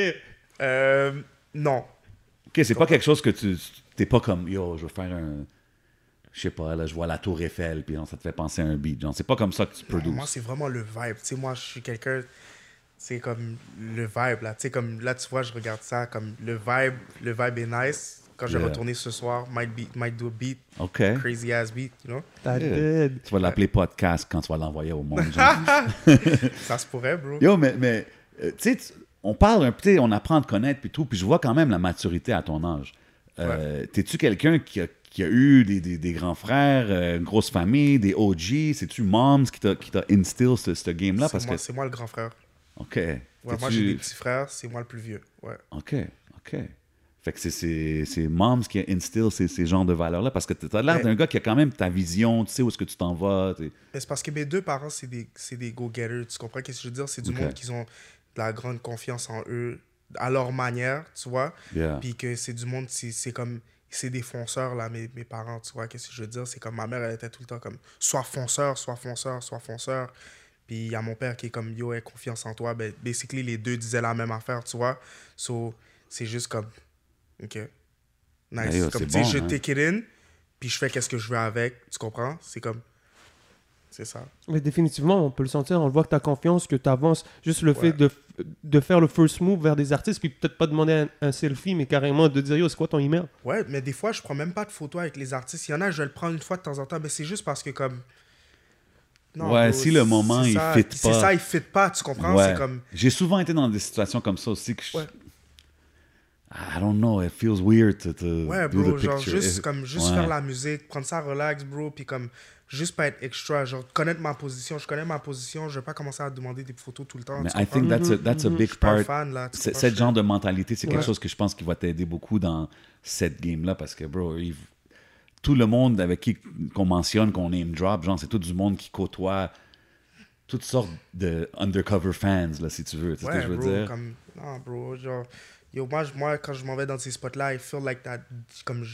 Non. OK, c'est pas quelque chose que t'es pas comme, yo, je veux faire un... Je sais pas, là, je vois la tour Eiffel, puis ça te fait penser à un beat. Genre, c'est pas comme ça que tu produces. Moi, c'est vraiment le vibe. Tu sais, moi, je suis quelqu'un... C'est comme le vibe, là. Tu sais, comme là, tu vois, je regarde ça, comme le vibe est nice. Quand je vais retourner ce soir, might do a beat. OK. Crazy ass beat, you know? Tu vas l'appeler podcast quand tu vas l'envoyer au monde. Genre. Ça se pourrait, bro. Yo, mais tu sais, on parle un peu, on apprend à te connaître, puis tout, puis je vois quand même la maturité à ton âge. T'es-tu quelqu'un qui a eu des grands frères, une grosse famille, des OG? C'est-tu Moms qui t'a instillé ce game-là? C'est moi le grand frère. OK. Ouais, moi, j'ai des petits frères, c'est moi le plus vieux. Ouais. OK. Fait que c'est Moms qui a instillé ces genres de valeurs-là, parce que t'as l'air d'un gars qui a quand même ta vision, tu sais où est-ce que tu t'en vas. C'est parce que mes deux parents, c'est des go-getters. Tu comprends ce que je veux dire? C'est du monde qui ont de la grande confiance en eux, à leur manière, tu vois? Yeah. Puis que c'est du monde, c'est comme... C'est des fonceurs, là, mes parents, tu vois? Qu'est-ce que je veux dire? C'est comme ma mère, elle était tout le temps comme soit fonceur. Puis il y a mon père qui est comme yo, aie confiance en toi. Ben, basically, les deux disaient la même affaire, tu vois. So, c'est juste comme, OK. Nice. Hey, comme, tu sais, je hein? take it in, puis je fais qu'est-ce que je veux avec. Tu comprends? C'est comme, c'est ça. Mais définitivement, on peut le sentir, on le voit que tu as confiance, que tu avances. Juste le fait de faire le first move vers des artistes, puis peut-être pas demander un selfie, mais carrément de dire yo, c'est quoi ton email? Ouais, mais des fois, je prends même pas de photos avec les artistes. Il y en a, je vais le prendre une fois de temps en temps, mais c'est juste parce que comme... Non, ouais, bro, si le moment, il fit pas. C'est ça, il fit pas, tu comprends? Ouais. C'est comme... J'ai souvent été dans des situations comme ça aussi que I don't know, it feels weird to ouais, do bro, the genre picture. juste faire la musique, prendre ça relax, bro, puis comme juste pas être extra, genre connaître ma position, je connais ma position, je vais pas commencer à demander des photos tout le temps. Mais I think that's a big part. Cette genre de mentalité, c'est quelque chose que je pense qui va t'aider beaucoup dans cette game-là, parce que, bro, tout le monde avec qui qu'on mentionne, qu'on name drop, genre, c'est tout du monde qui côtoie toutes sortes de undercover fans, là, si tu veux. C'est ce que je veux dire. Comme, non, bro, genre, yo, moi, quand je m'en vais dans ces spots-là, I feel like that, comme,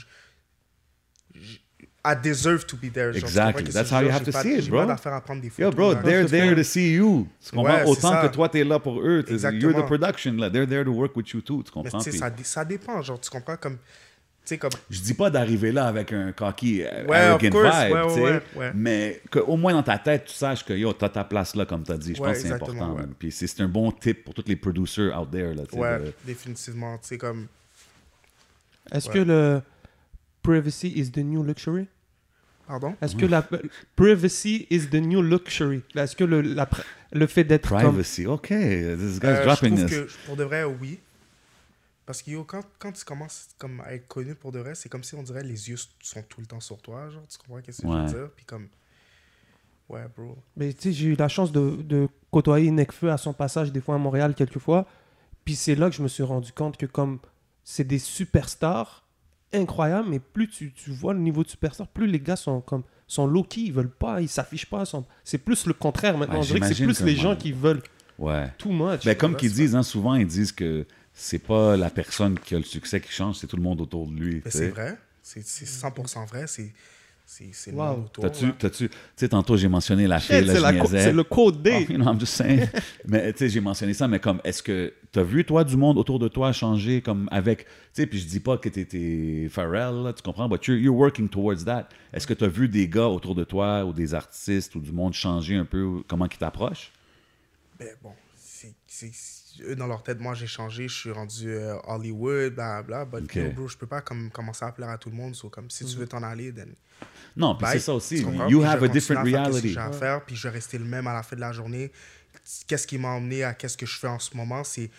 I deserve to be there. Genre, exactly. That's how you have to see it, bro. J'ai pas d'affaire à prendre des photos. Yo, bro, they're there to see you. Tu comprends? Ouais, autant que toi, t'es là pour eux. Exactement. You're the production, là. They're there to work with you too. Tu comprends? Mais tu sais, ça dépend, genre, tu comprends? Comme... Comme... Je dis pas d'arriver là avec un cocky arrogant vibe, tu sais, mais qu'au moins dans ta tête, tu saches que yo, t'as ta place là, comme t'as dit. Je pense que c'est important. Ouais. Puis c'est un bon tip pour tous les producers out there. Là, définitivement. Tu sais, comme... Est-ce que le privacy is the new luxury? Pardon? Est-ce que la privacy is the new luxury? Est-ce que le fait d'être privacy, OK. This guy's dropping je trouve this. Que pour de vrai, oui. Parce que yo, quand tu commences comme, à être connu pour de vrai, c'est comme si on dirait les yeux sont tout le temps sur toi. Genre, tu comprends ce que je veux dire? Puis comme... Ouais, bro. Mais tu sais, j'ai eu la chance de côtoyer Nekfeu à son passage des fois à Montréal quelques fois. Puis c'est là que je me suis rendu compte que comme c'est des superstars incroyables, mais plus tu vois le niveau de superstar, plus les gars sont low-key, ils veulent pas, ils s'affichent pas. C'est plus le contraire maintenant. Ouais, je dirais que c'est plus les gens qui veulent too much. Ben, comme qu'ils disent, hein, souvent ils disent que c'est pas la personne qui a le succès qui change, c'est tout le monde autour de lui. Mais c'est vrai. C'est 100% vrai. C'est le monde autour. Tu sais, tantôt, j'ai mentionné la fille, là, je niaisais. C'est le code D. Oh, you know, I'm just saying. Mais, tu sais, j'ai mentionné ça, mais comme, est-ce que t'as vu, toi, du monde autour de toi changer, comme, avec, tu sais, puis je dis pas que t'es Pharrell, là, tu comprends, but you're working towards that. Est-ce que t'as vu des gars autour de toi, ou des artistes, ou du monde changer un peu, comment ils t'approchent? Ben, bon, eux, dans leur tête, moi, j'ai changé, je suis rendu Hollywood, blablabla. But yo, bro, je peux pas commencer à plaire à tout le monde. So, comme si tu veux t'en aller, then... Non, puis c'est ça aussi. You have a different reality. J'ai à faire, puis je vais rester le même à la fin de la journée. Qu'est-ce qui m'a emmené à qu'est-ce que je fais en ce moment, c'est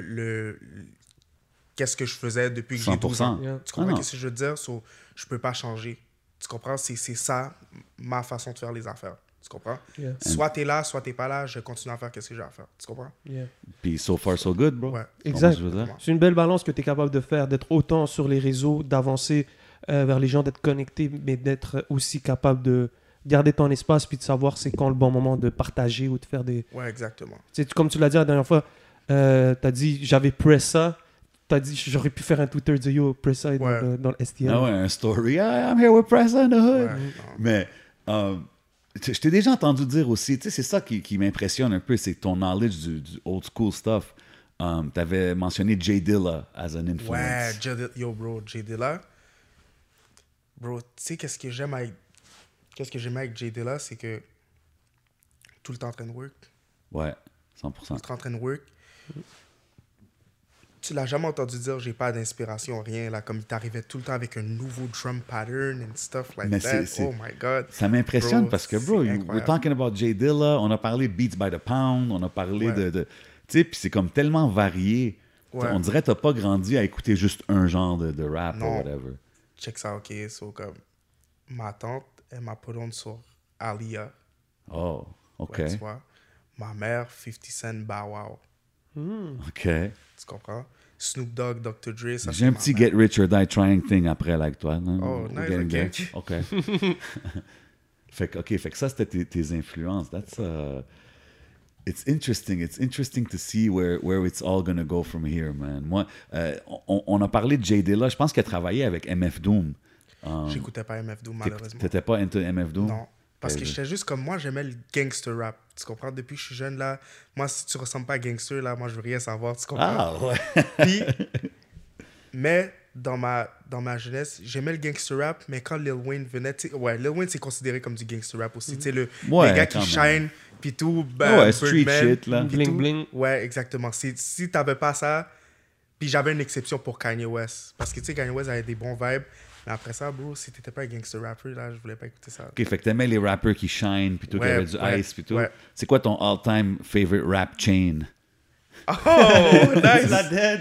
qu'est-ce que je faisais depuis que j'ai 12 ans. Yeah. Tu comprends ce que je veux dire? So, je peux pas changer. Tu comprends? C'est ça, ma façon de faire les affaires. Tu comprends? Yeah. Soit t'es là, soit t'es pas là, je continue à faire ce que j'ai à faire. Tu comprends? Yeah. Puis so far so good, bro. Ouais. Exact. C'est une belle balance que tu es capable de faire, d'être autant sur les réseaux, d'avancer vers les gens, d'être connecté, mais d'être aussi capable garder ton espace puis de savoir c'est quand le bon moment de partager ou de faire des... Ouais, exactement. Tu sais, comme tu l'as dit la dernière fois, t'as dit j'avais press ça. T'as dit j'aurais pu faire un Twitter de yo, press ça dans le STL. Ah ouais, un story. I'm here with Press in the Hood. Ouais, Mais je t'ai déjà entendu dire aussi, tu sais, c'est ça qui m'impressionne un peu, c'est ton knowledge du old school stuff. T'avais mentionné Jay Dilla as an influence. Ouais, yo, bro, Jay Dilla. Bro, tu sais, qu'est-ce que j'aime avec Jay Dilla, c'est que tout le temps en train de work. Ouais, 100%. Tout le temps en train de work. Tu l'as jamais entendu dire j'ai pas d'inspiration, rien. Là, comme il t'arrivait tout le temps avec un nouveau drum pattern and stuff like Mais that. Oh my God. Ça m'impressionne Bro, parce que, c'est bro, we're incroyable. talking about Jay Dilla, on a parlé Beats by the Pound, on a parlé Ouais. tu sais, puis c'est comme tellement varié. Ouais. On dirait que t'as pas grandi à écouter juste un genre de rap ou Non. whatever. Check ça, ok. So, comme, ma tante, elle m'a put on sur Alia. Oh, OK. Ouais, tu vois. Ma mère, 50 Cent, Bow Wow. OK. Tu comprends? Snoop Dogg, Dr. Dre, ça J'ai c'est un ma petit mère. get rich or die trying thing après, là, avec toi. Hein? Oh, We're nice, getting OK. there. OK. fait que ça, c'était tes influences. That's, it's interesting to see where it's all gonna go from here, man. Moi, on a parlé de Jay Dilla. Je pense qu'il a travaillé avec MF Doom. J'écoutais pas MF Doom, malheureusement. T'étais pas into MF Doom? Non. Parce que Ok. j'étais juste comme moi, j'aimais le gangster rap. Tu comprends? Depuis que je suis jeune, là, moi, si tu ressembles pas à gangster, là, moi, je veux rien savoir. Tu comprends? Ah, ouais. Puis, mais dans ma jeunesse, j'aimais le gangster rap, mais quand Lil Wayne venait, tu sais, ouais, Lil Wayne c'est considéré comme du gangster rap aussi. Tu sais, Ouais, les gars qui quand shine, puis tout, Ouais, street Birdman, shit, là. puis Bling tout. bling. Ouais, exactement. Si t'avais pas ça, puis j'avais une exception pour Kanye West. Parce que tu sais, Kanye West avait des bons vibes. Mais après ça, bro, si t'étais pas un gangster rapper, là, je voulais pas écouter ça. OK, fait que t'aimais les rappers qui shine, puis tout, qui Ouais, avaient du ouais, ice, puis tout. ouais. C'est quoi ton all-time favorite rap chain? Oh, nice! La dead!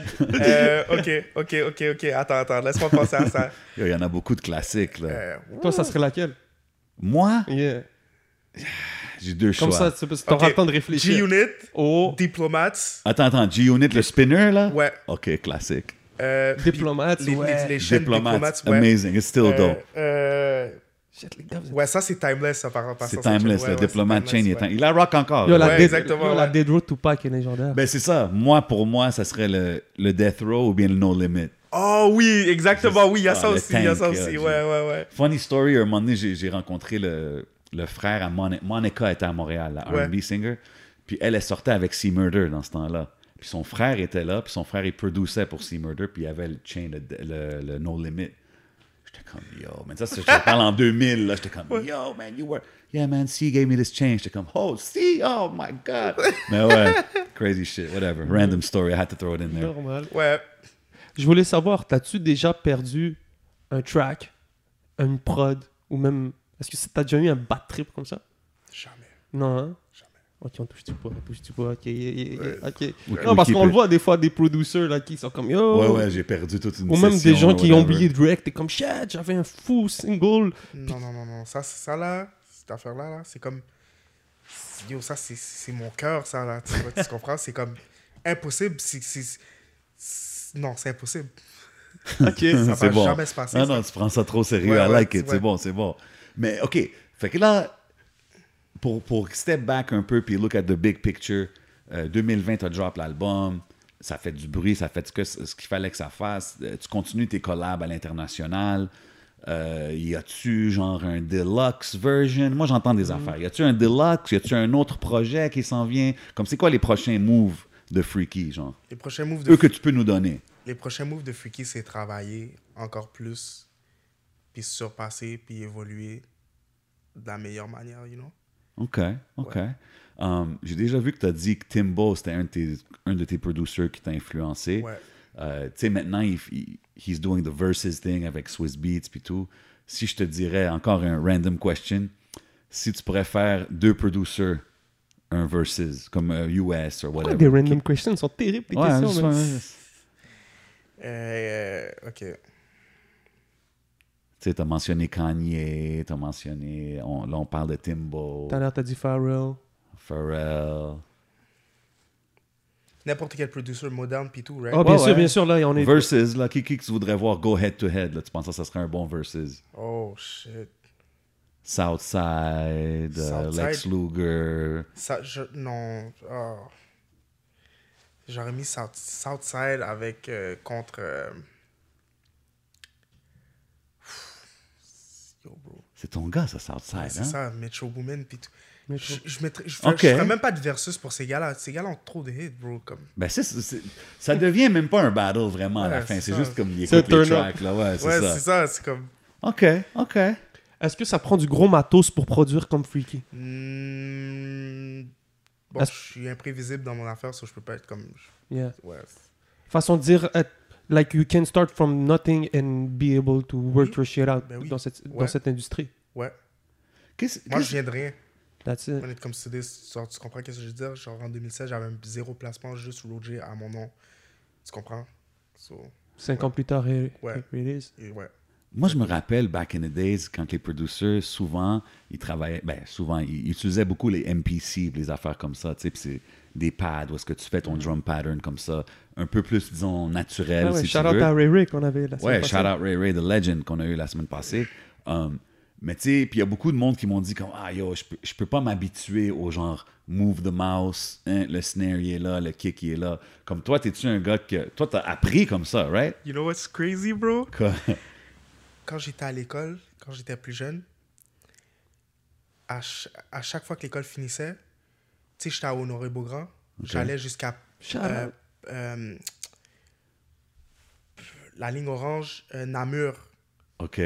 Ok. Attends, laisse-moi penser à ça. Il y en a beaucoup de classiques, là. Toi, ça serait laquelle? Moi, Yeah. j'ai deux choix. Comme ça, tu auras Ok. le temps de réfléchir. G-Unit, Oh, Diplomats, Attends, G-Unit, le spinner, là? ouais. OK, classique. Diplomate, ouais. les chaînes Diplomate, Diplomats, ouais. amazing, it's still dope. Shit, les gars, vous êtes- Ouais, ça c'est timeless, ça par C'est ça, timeless, ouais, le ouais, Diplomate c'est chain, timeless, ouais. il la rock encore. Yo, là. la, Ouais, Dead, exactement, yo, la ouais. Dead Road Tupac est légendaire. Ben, c'est ça. Moi, pour moi, ça serait le Death Row ou bien le No Limit. Oh oui, exactement, oui, il y a ça le aussi, il y a ça tank, aussi, là, ouais. Funny story, un moment donné, j'ai rencontré le frère à Monica était à Montréal, la Ouais. R&B singer. Puis elle sortait avec C-Murder dans ce temps-là. Puis son frère était là, puis son frère, il produisait pour C-Murder, puis il y avait le chain, le No Limit. J'étais comme, yo, man, ça, je te parle en 2000, là. J'étais comme, yo, man, yeah, man, C gave me this chain. J'étais comme, oh, C, oh my God. Mais ouais, crazy shit, whatever. Random story, I had to throw it in there. Normal. Ouais. Je voulais savoir, t'as-tu déjà perdu un track, une prod, ou même... Est-ce que t'as déjà eu un bad trip comme ça? Jamais. Non, hein? Jamais. Ok, on touche du bois, ok. We Non, parce keep qu'on le it. voit des fois, des producers là, qui sont comme yo. Ouais, j'ai perdu toute une Ou même session, des gens qui ont whatever. oublié Drake, t'es comme shit, j'avais un fou single. Non. Ça là, cette affaire-là, là, c'est comme... Yo, ça, c'est mon cœur, ça, là. Tu comprends? C'est comme impossible. Non, c'est impossible. Ok. Ça C'est va bon. jamais se passer. Non, ça. non, tu prends ça trop sérieux. Ouais, I like it. ouais. C'est bon. Mais, OK. Fait que là, pour step back un peu puis look at the big picture, 2020, tu as drop l'album. Ça fait du bruit, ça fait ce qu'il fallait que ça fasse. Tu continues tes collabs à l'international. Y a-tu genre un deluxe version? Moi, j'entends des affaires. Y a-tu un deluxe? Y a-tu un autre projet qui s'en vient? Comme c'est quoi les prochains moves de Freaky, genre? Les prochains moves Eux que tu peux nous donner. Les prochains moves de Freaky, c'est travailler encore plus, puis se surpasser, puis évoluer de la meilleure manière, you know? OK. Ouais. J'ai déjà vu que tu as dit que Timbo, c'était un de tes producers qui t'a influencé. Ouais. Tu sais, maintenant, he's doing the verses thing avec Swiss Beats puis tout. Si je te dirais, encore un random question, si tu pourrais faire 2 producers, un versus, comme US ou whatever. Des random questions sont terribles, tes Ouais, questions. juste man. un- Ok. Tu sais, t'as mentionné Kanye, t'as mentionné... là, on parle de Timbo, Tout à l'heure, t'as dit Pharrell. Pharrell... N'importe quel producer moderne, puis tout, right? Oh, Ouais. bien sûr, là, on est... Versus, là, qui tu voudrais voir go head-to-head, là, tu penses que ça serait un bon versus? Oh, shit. Southside, Southside. Lex Luger. Non. J'aurais mis Southside avec contre. Yo, bro. C'est ton gars, ça, Southside, Ouais, c'est hein? ça, Metro Boomin. Puis tout. Metro. Je Ok. ferais même pas de versus pour ces gars-là. Ces gars-là ont trop de hits, bro. Comme... Ben, ça devient même pas un battle vraiment à la Ouais, fin. C'est ça. juste comme ils C'est écoutent un les turn-up. tracks, là. Ouais, c'est Ouais, ça. c'est ça. C'est comme. OK. Est-ce que ça prend du gros matos pour produire comme Freaky? Bon, je suis imprévisible dans mon affaire, so je peux pas être comme. Yeah. Ouais. Façon de dire, like you can start from nothing and be able to work Oui. your shit out Ben oui. dans cette Ouais. industrie. Ouais. Qu'est-ce- Moi, je qu'est-ce- viens de rien. That's it. When it comes to this, genre, tu comprends ce que je veux dire? Genre, en 2016, j'avais zéro placement, juste Roger à mon nom. Tu comprends? So, 5 ans plus tard, here Ouais. it is. et ouais. Moi, je me rappelle, back in the days, quand les producers, souvent, ils travaillaient... Ben, souvent, ils utilisaient beaucoup les MPC, les affaires comme ça, tu sais, puis c'est des pads où est-ce que tu fais ton drum pattern comme ça, un peu plus, disons, naturel, Ah ouais, si shout tu out veux. à Ray Ray qu'on avait la semaine Ouais, passée. shout out Ray Ray, The Legend, qu'on a eu la semaine passée. Mais tu sais, puis il y a beaucoup de monde qui m'ont dit comme, ah yo, je peux pas m'habituer au genre move the mouse, hein, le snare il est là, le kick il est là. Comme toi, t'es-tu un gars que. Toi, t'as appris comme ça, right? You know what's crazy, bro? Quoi? Quand j'étais à l'école, quand j'étais plus jeune, à chaque fois que l'école finissait, tu sais, j'étais à Honoré-Beaugrand, j'allais jusqu'à Shout out. la ligne orange, Namur. OK.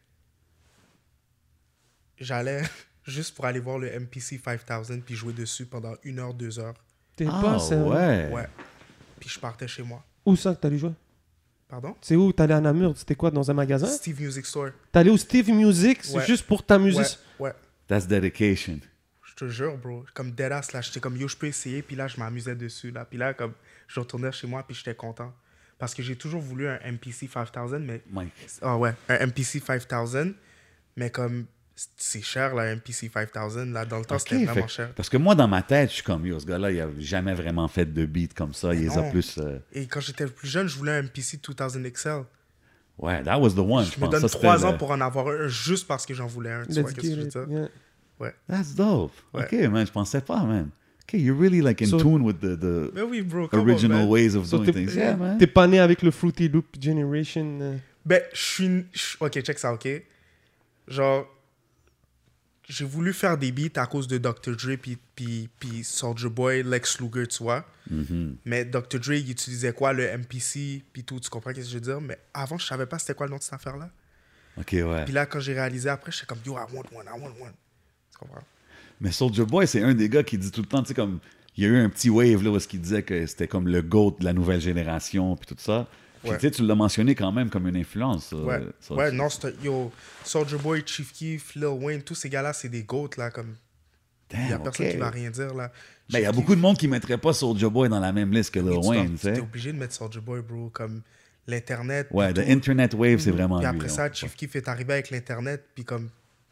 J'allais juste pour aller voir le MPC 5000 puis jouer dessus pendant 1 heure, 2 heures. T'es Ah, pas sérieux? ouais. Ouais. Puis je partais chez moi. Où ça que t'allais jouer? Pardon? C'est où? T'allais à Namur? C'était quoi? Dans un magasin? Steve Music Store. T'allais au Steve Music c'est Ouais. juste pour t'amuser? Ouais. That's dedication. Je te jure, bro. Comme deadass, là, j'étais comme, yo, je peux essayer. Puis là, je m'amusais dessus, là. Puis là, comme, je retournais chez moi, puis j'étais content. Parce que j'ai toujours voulu un MPC 5000, mais... Mike. Ah ouais, un MPC 5000. Mais comme, c'est cher, là, un MPC 5000. Là, dans le temps, OK, c'était vraiment fait- cher. Parce que moi, dans ma tête, je suis comme, yo, ce gars-là, il a jamais vraiment fait de beat comme ça. Il les a non. plus... Et quand j'étais plus jeune, je voulais un MPC 2000 XL. Ouais, that was the one, je Je me pense. donne Ça, 3 c'était ans le- pour en avoir un juste parce que j'en voulais un. Tu vois Let's ce que je get veux it. dire? Yeah. That's dope. Ouais. OK, man, je pensais pas, man. OK, you're really like in So- tune with the Mais oui, bro. come on, original man. ways of So doing t'es things. Yeah, man. t'es pas né avec le Fruity Loop Generation. Ben, ok, check ça, ok? Genre, j'ai voulu faire des beats à cause de Dr. Dre puis Soulja Boy, Lex Luger, tu vois. Mhm. Mais Dr. Dre, il utilisait quoi? Le MPC puis tout, tu comprends ce que je veux dire? Mais avant, je savais pas c'était quoi le nom de cette affaire-là. OK, ouais. Puis là, quand j'ai réalisé après, j'étais comme, yo, I want one. Tu comprends? Mais Soulja Boy, c'est un des gars qui dit tout le temps, tu sais, comme, il y a eu un petit wave là où il disait que c'était comme le GOAT de la nouvelle génération, puis tout ça. Puis Ouais. tu sais, tu l'as mentionné quand même comme une influence. Ouais, ça. ouais, non, yo, Soulja Boy, Chief Keef, Lil Wayne, tous ces gars-là, c'est des GOAT, là, comme, il y a Damn, personne OK. qui va rien dire, là. Ben, il y a Chief beaucoup de monde qui ne mettrait pas Soulja Boy dans la même liste que Lil Keef, Wayne, tu t'es sais. obligé de mettre Soulja Boy, bro, comme l'Internet. Ouais, puis the tout. Internet Wave, c'est vraiment Puis lui. après là. ça, Chief Keef est arrivé avec l'Internet, puis comme,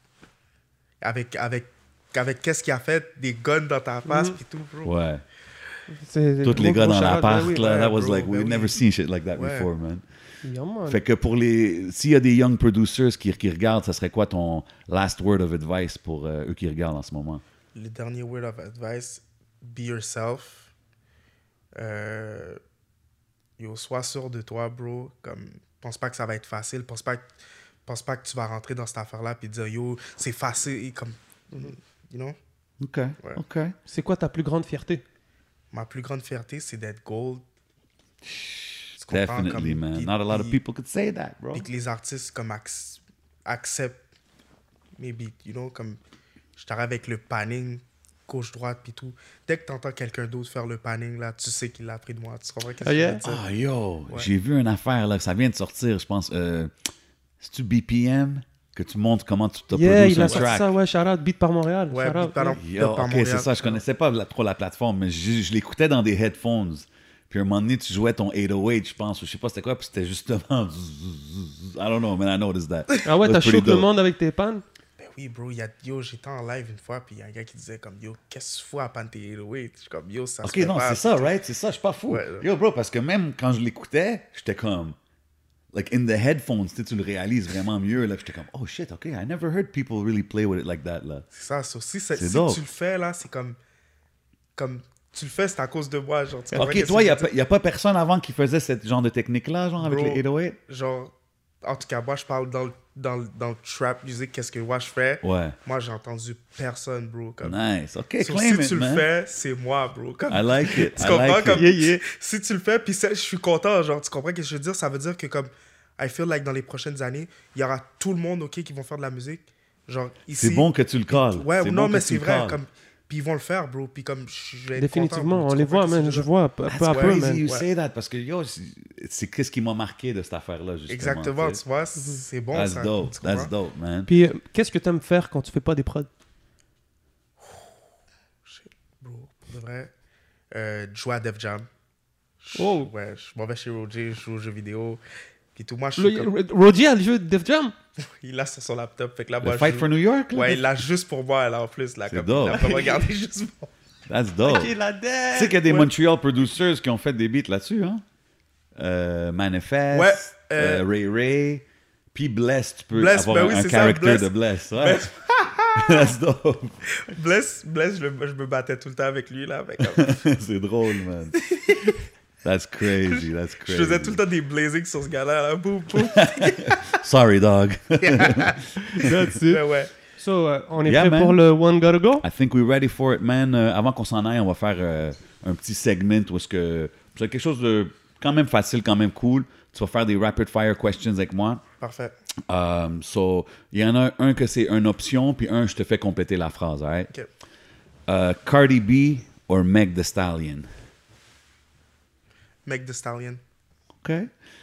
avec qu'est-ce qu'il a fait, des guns dans ta face, puis tout, bro. Ouais. C'est Tous les gros, gars gros dans shout-out, l'appart, ben oui. là, ouais, that was bro, like, we've ben never oui. seen shit like that Ouais. before, man. Yeah, man. Fait que pour les... S'il y a des young producers qui regardent, ça serait quoi ton last word of advice pour eux qui regardent en ce moment? Le dernier word of advice, be yourself. Yo, sois sûr de toi, bro. Comme, pense pas que ça va être facile. Pense pas que tu vas rentrer dans cette affaire-là puis dire, yo, c'est facile. Et comme, you know? OK, Ouais. OK. C'est quoi ta plus grande fierté? Ma plus grande fierté, c'est d'être gold. Tu comprends? Definitely, Comme, man. puis- Not a lot of puis- people could say that, bro. Puis que les artistes comme acceptent mes beats, you know, comme je t'arrive avec le panning gauche-droite puis tout. Dès que t'entends quelqu'un d'autre faire le panning, là, tu sais qu'il l'a pris de moi. Tu comprends qu'est-ce que yeah? je veux dire? Ah, yo, Ouais. j'ai vu une affaire, là, ça vient de sortir, je pense. C'est-tu BPM que tu montres comment tu te Yeah, produces il a un sorti track? ça, ouais, shout out, Beat par Montréal. Ouais, shout Beat out, par- yeah. Yo, par ok, Montréal. c'est ça, je connaissais pas trop la plateforme, mais je l'écoutais dans des headphones. Puis à un moment donné, tu jouais ton 808, je pense, ou je sais pas c'était quoi, puis c'était justement... I don't know, man, I noticed that. Ah ouais, That's t'as pretty choqué le dope. monde avec tes pannes? Ben oui, bro, yo, j'étais en live une fois, puis il y a un gars qui disait comme, yo, qu'est-ce que tu fous à Panté 808? Je suis comme, yo, ça Ok, se fait non, pas. c'est ça, right? C'est ça, je suis pas fou. Ouais. Yo, bro, parce que même quand je l'écoutais, j'étais comme... like in the headphones, tu le réalises vraiment mieux. Là, j'étais comme, oh shit, OK, I never heard people really play with it like that. Là. C'est ça. So, si dope. tu le fais, là, c'est comme tu le fais, c'est à cause de moi. Genre, tu comprends OK, qu'est-ce toi, que il je veux dire? n'y a pas personne avant qui faisait ce genre de technique-là, genre avec Bro, les 808? Genre, en tout cas, moi, je parle dans le trap music, qu'est-ce que moi je fais. Ouais. Moi, j'ai entendu personne, bro. Comme... Nice. OK, So, claim si it, tu man. le fais, c'est moi, bro. Comme... I like it. Tu I comprends? like Comme... it. Si tu le fais, puis je suis content, genre, tu comprends ce que je veux dire? Ça veut dire que, comme, I feel like dans les prochaines années, il y aura tout le monde, OK, qui vont faire de la musique. Genre, ici. C'est bon que tu le calls. Ouais, non, bon mais que tu c'est le vrai. calls. Comme... Puis ils vont le faire, bro. Puis comme, je vais être Définitivement, content, bro. on Tu les comprends voit, qu'est-ce que man. je Je veux dire? vois peu That's à peu, crazy man. you Ouais. say that, parce que, yo, c'est qu'est-ce qui m'a marqué de cette affaire-là, justement. Exactement, tu sais. tu vois, c'est bon, That's ça. dope. Tu That's comprends? dope, man. Puis, qu'est-ce que tu aimes faire quand tu fais pas des prods? Shit, bro, pour de vrai. Jouer à Def Jam. Oh. Ouais, je suis mauvais chez Roger, je joue aux jeux vidéo. Puis tout, moi, je suis comme... Roger a le jeu de Def Jam? Il l'a sur son laptop, fait que là, Le moi, Fight je for New York, là? Ouais, il l'a juste pour moi, là, en plus, là. C'est Comme, dope. il a pas regardé juste pour That's dope. Ok, la Tu dette! sais qu'il y a des Ouais. Montreal producers qui ont fait des beats là-dessus, hein? Manifest, Ouais, Ray Ray, puis Bless, tu peux Bless, avoir ben oui, un c'est ça, character Bless. de Bless. Ouais. That's dope. Bless, je me battais tout le temps avec lui, là. Fait comme- C'est drôle, man. That's crazy, that's crazy. je faisais tout le temps des blazings sur ce gars-là, là. Boum, boum. Sorry, dog. That's it. Ouais. So, on est Yeah, prêt man. pour le One Gotta Go? I think we're ready for it, man. Avant qu'on s'en aille, on va faire un petit segment où est-ce que c'est quelque chose de quand même facile, quand même cool. Tu vas faire des rapid fire questions avec moi. Parfait. So, il y en a un que c'est une option, puis un, je te fais compléter la phrase, all right? OK. Cardi B or Meg Thee Stallion? Meg Thee Stallion. OK.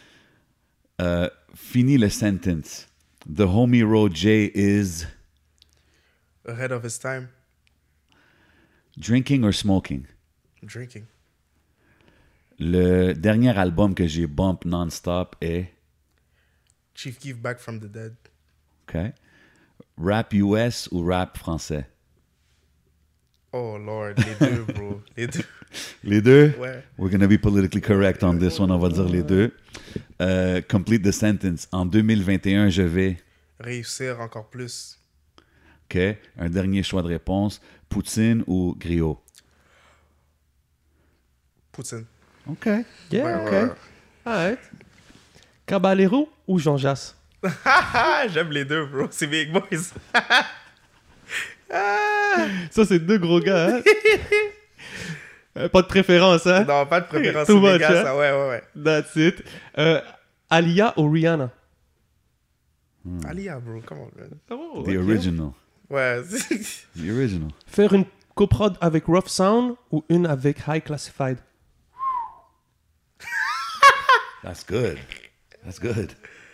Fini le sentence. The homie Roger is Ahead of his time. drinking or smoking? Drinking. Le dernier album que j'ai bump non-stop est... Chief Keef Back from the Dead. OK. Rap US ou rap français? Oh, Lord. Les deux, bro. Les deux. Les deux? Ouais. We're going to be politically correct on this one. On va dire les deux. Complete the sentence. En 2021, je vais... Réussir encore plus. OK. Un dernier choix de réponse. Poutine ou griot? Poutine. OK. Yeah, Ouais, ok. ouais, ouais. Alright. Caballero ou Jean Jass? J'aime les deux, bro. C'est Big Boys. Ça, c'est deux gros gars, hein? Pas de préférence, hein? Non, pas de préférence. Too C'est mes much, gars, hein? ça. Ouais. That's it. Alia ou Rihanna? Alia, bro. Come on, man. Oh, The ok. original. Ouais. The original. Faire une coprod avec Rough Sound ou une avec High Classified? That's good. That's good.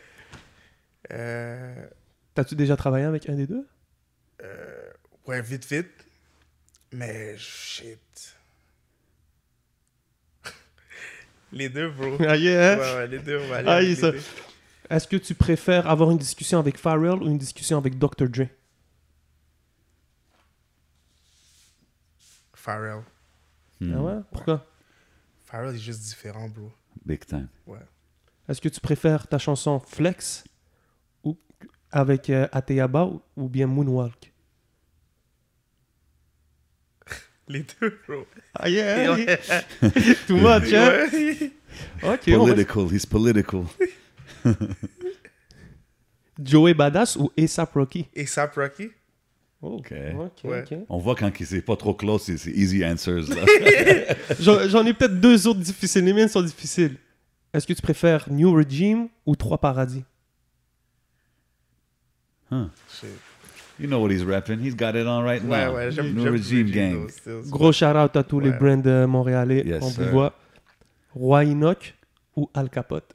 T'as-tu déjà travaillé avec un des deux? Ouais, vite. Mais shit. Les deux, bro. Ah yeah, hein? Ouais, les deux, on va aller Ah, avec il les ça. deux. Est-ce que tu préfères avoir une discussion avec Pharrell ou une discussion avec Dr. Dre? Pharrell. Ah ouais? Pourquoi? Pharrell est juste différent, bro. Big time. Ouais. Est-ce que tu préfères ta chanson Flex ou avec Ateyaba ou bien Moonwalk? Les deux, bro. Ah yeah, Ouais. too much, hein? Ouais. Ok, on va... Political. He's political. Joey Badass ou A$AP Rocky? A$AP Rocky. Oh, Ok. Ouais. ok. On voit quand c'est pas trop close, c'est easy answers. Là. J'en ai peut-être deux autres difficiles. Les miennes sont difficiles. Est-ce que tu préfères New Regime ou Trois Paradis? Huh. Shit. You know what he's rapping. He's got it on right now. Ouais, j'aime New j'aime Regime Gang. those stills. Gros shout-out à tous les Ouais. brands montréalais. Yes, on sir. vous voit. Roi Enoch ou Al Capote?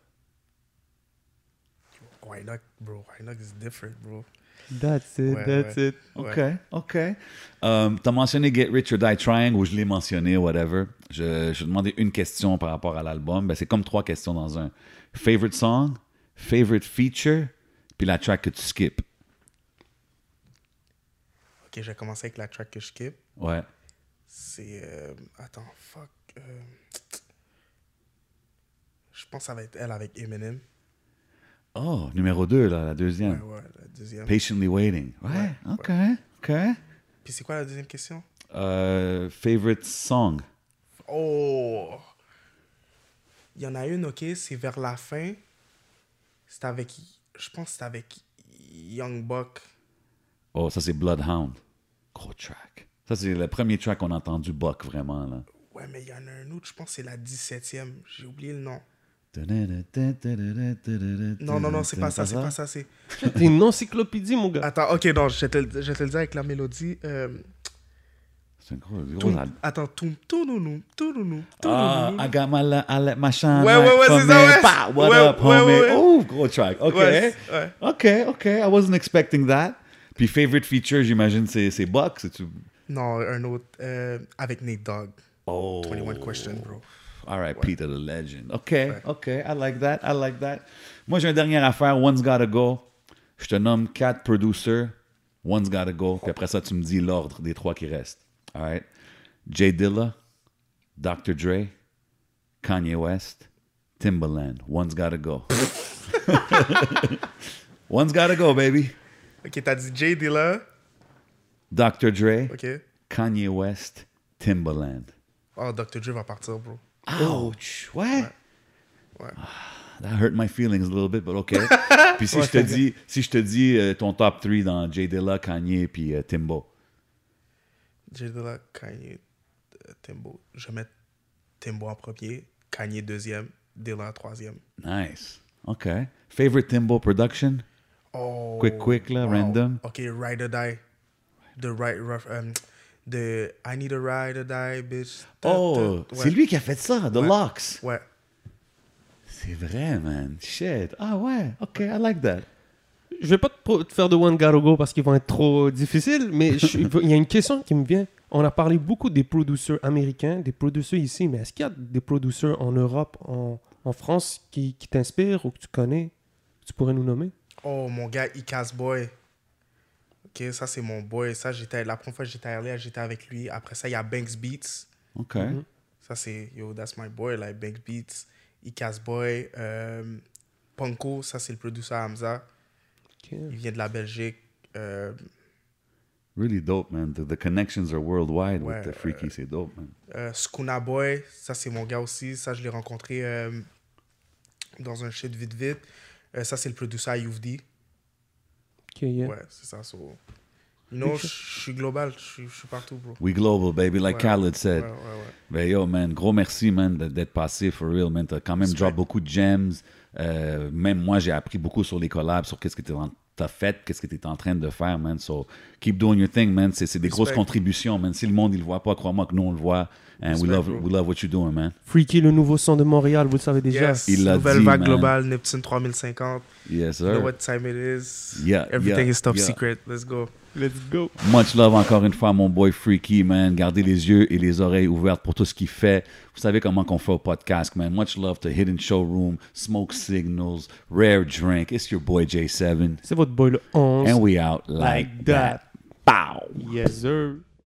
Why not, bro? Why not is different, bro. That's it, Ouais, that's ouais. it. OK. T'as mentionné Get Rich or Die Trying, ou je l'ai mentionné, whatever. Je vais demander une question par rapport à l'album. Ben, c'est comme 3 questions dans un. Favorite song, favorite feature, puis la track que tu skips. Ok, je vais commencer avec la track que je skip. Ouais. C'est. Attends, fuck. Je pense que ça va être elle avec Eminem. Oh, numéro 2, là, la Ouais, deuxième. ouais, la deuxième. Patiently Waiting. Ouais, OK, OK. Puis c'est quoi la deuxième question? Favorite song? Oh! Il y en a une, OK, c'est vers la fin. C'était avec... Je pense que c'était avec Young Buck. Oh, ça, c'est Bloodhound. Gros track. Ça, c'est le premier track qu'on a entendu Buck, vraiment, là. Ouais, mais il y en a un autre, je pense que c'est la 17e. J'ai oublié le nom. Non, c'est pas ça, c'est pas ça. C'est... T'es une encyclopédie, mon gars. Attends, OK, non, je vais te le dire avec la mélodie. C'est un gros... Attends, toulounou. I got my shine Ouais, light ouais, from c'est ça, me. ouais. Bah, what Ouais, up, ouais, homie? ouais. Oh, gros track. OK. Ouais, ouais. OK. I wasn't expecting that. Puis favorite feature, j'imagine, c'est Buck, c'est-tu? Non, un autre avec Nate Dogg. Oh. 21 Question, bro. R.I.P. to the legend. OK. I like that. Moi, j'ai une dernière affaire. One's Gotta Go. Je te nomme 4 producers. One's Gotta Go. Puis après ça, tu me dis l'ordre des 3 qui restent. All right? Jay Dilla, Dr. Dre, Kanye West, Timbaland. One's Gotta Go. One's Gotta Go, baby. OK, t'as dit Jay Dilla. Dr. Dre, OK. Kanye West, Timbaland. Oh, Dr. Dre va partir, bro. Ouch! Ouais. Ouais. That hurt my feelings a little bit, but OK. Puis si je te dis ton top 3 dans Jay Dilla, Kanye puis Timbo. Jay Dilla, Kanye, Timbo. Je vais mettre Timbo en premier, Kanye deuxième, Dilla troisième. Nice. OK. Favorite Timbo production? Oh. Quick, là, wow. random. OK, Ride or Die. The I Need a Ride or Die, bitch. Oh, c'est lui qui a fait ça, The Locks. Ouais. C'est vrai, man. Shit. Ah ouais. OK, I like that. Je vais pas te faire de One Gotta Go parce qu'ils vont être trop difficiles, mais il y a une question qui me vient. On a parlé beaucoup des producers américains, des producers ici, mais est-ce qu'il y a des producers en Europe, en France, qui t'inspirent ou que tu connais, que tu pourrais nous nommer? Oh, mon gars, Icaz Boy. OK, ça, c'est mon boy. Ça, la première fois que j'étais à LA, j'étais avec lui. Après ça, il y a Banks Beats. OK. Ça, c'est, yo, that's my boy, like Banks Beats. Icaz Boy. Punko, ça, c'est le producer Hamza. Okay. Il vient de la Belgique. Really dope, man. The connections are worldwide Ouais, with the Freaky. C'est dope, man. Skuna Boy, ça, c'est mon gars aussi. Ça, je l'ai rencontré dans un shit vite. Ça, c'est le producer Youvdi. Ok, yeah. Ouais, c'est ça. So, you know, je suis global. Je suis partout, bro. We global, baby, like Khaled said. Ouais. Ben yo, man, gros merci, man, d'être passé, for real, man. T'as quand même drop beaucoup de gems. Même moi, j'ai appris beaucoup sur les collabs, sur qu'est-ce que t'as fait, qu'est-ce que t'es en train de faire, man. So, keep doing your thing, man. C'est des grosses contributions, man. Si le monde, il le voit pas, crois-moi que nous, on le voit. And we love what you're doing, man. Freaky, le nouveau son de Montréal, vous le savez déjà. Yes, Il l'a nouvelle dit, vague man. globale, Neptune 3050. Yes, You know sir. what time it is. Yeah, Everything yeah, is top yeah. secret. Let's go. Let's go. Much love encore une fois, mon boy Freaky, man. Gardez les yeux et les oreilles ouvertes pour tout ce qu'il fait. Vous savez comment qu'on fait au podcast, man. Much love to Hidden Showroom, Smoke Signals, Rare Drink. It's your boy J7. C'est votre boy le 11. And we out like that. Pow! Yes, sir.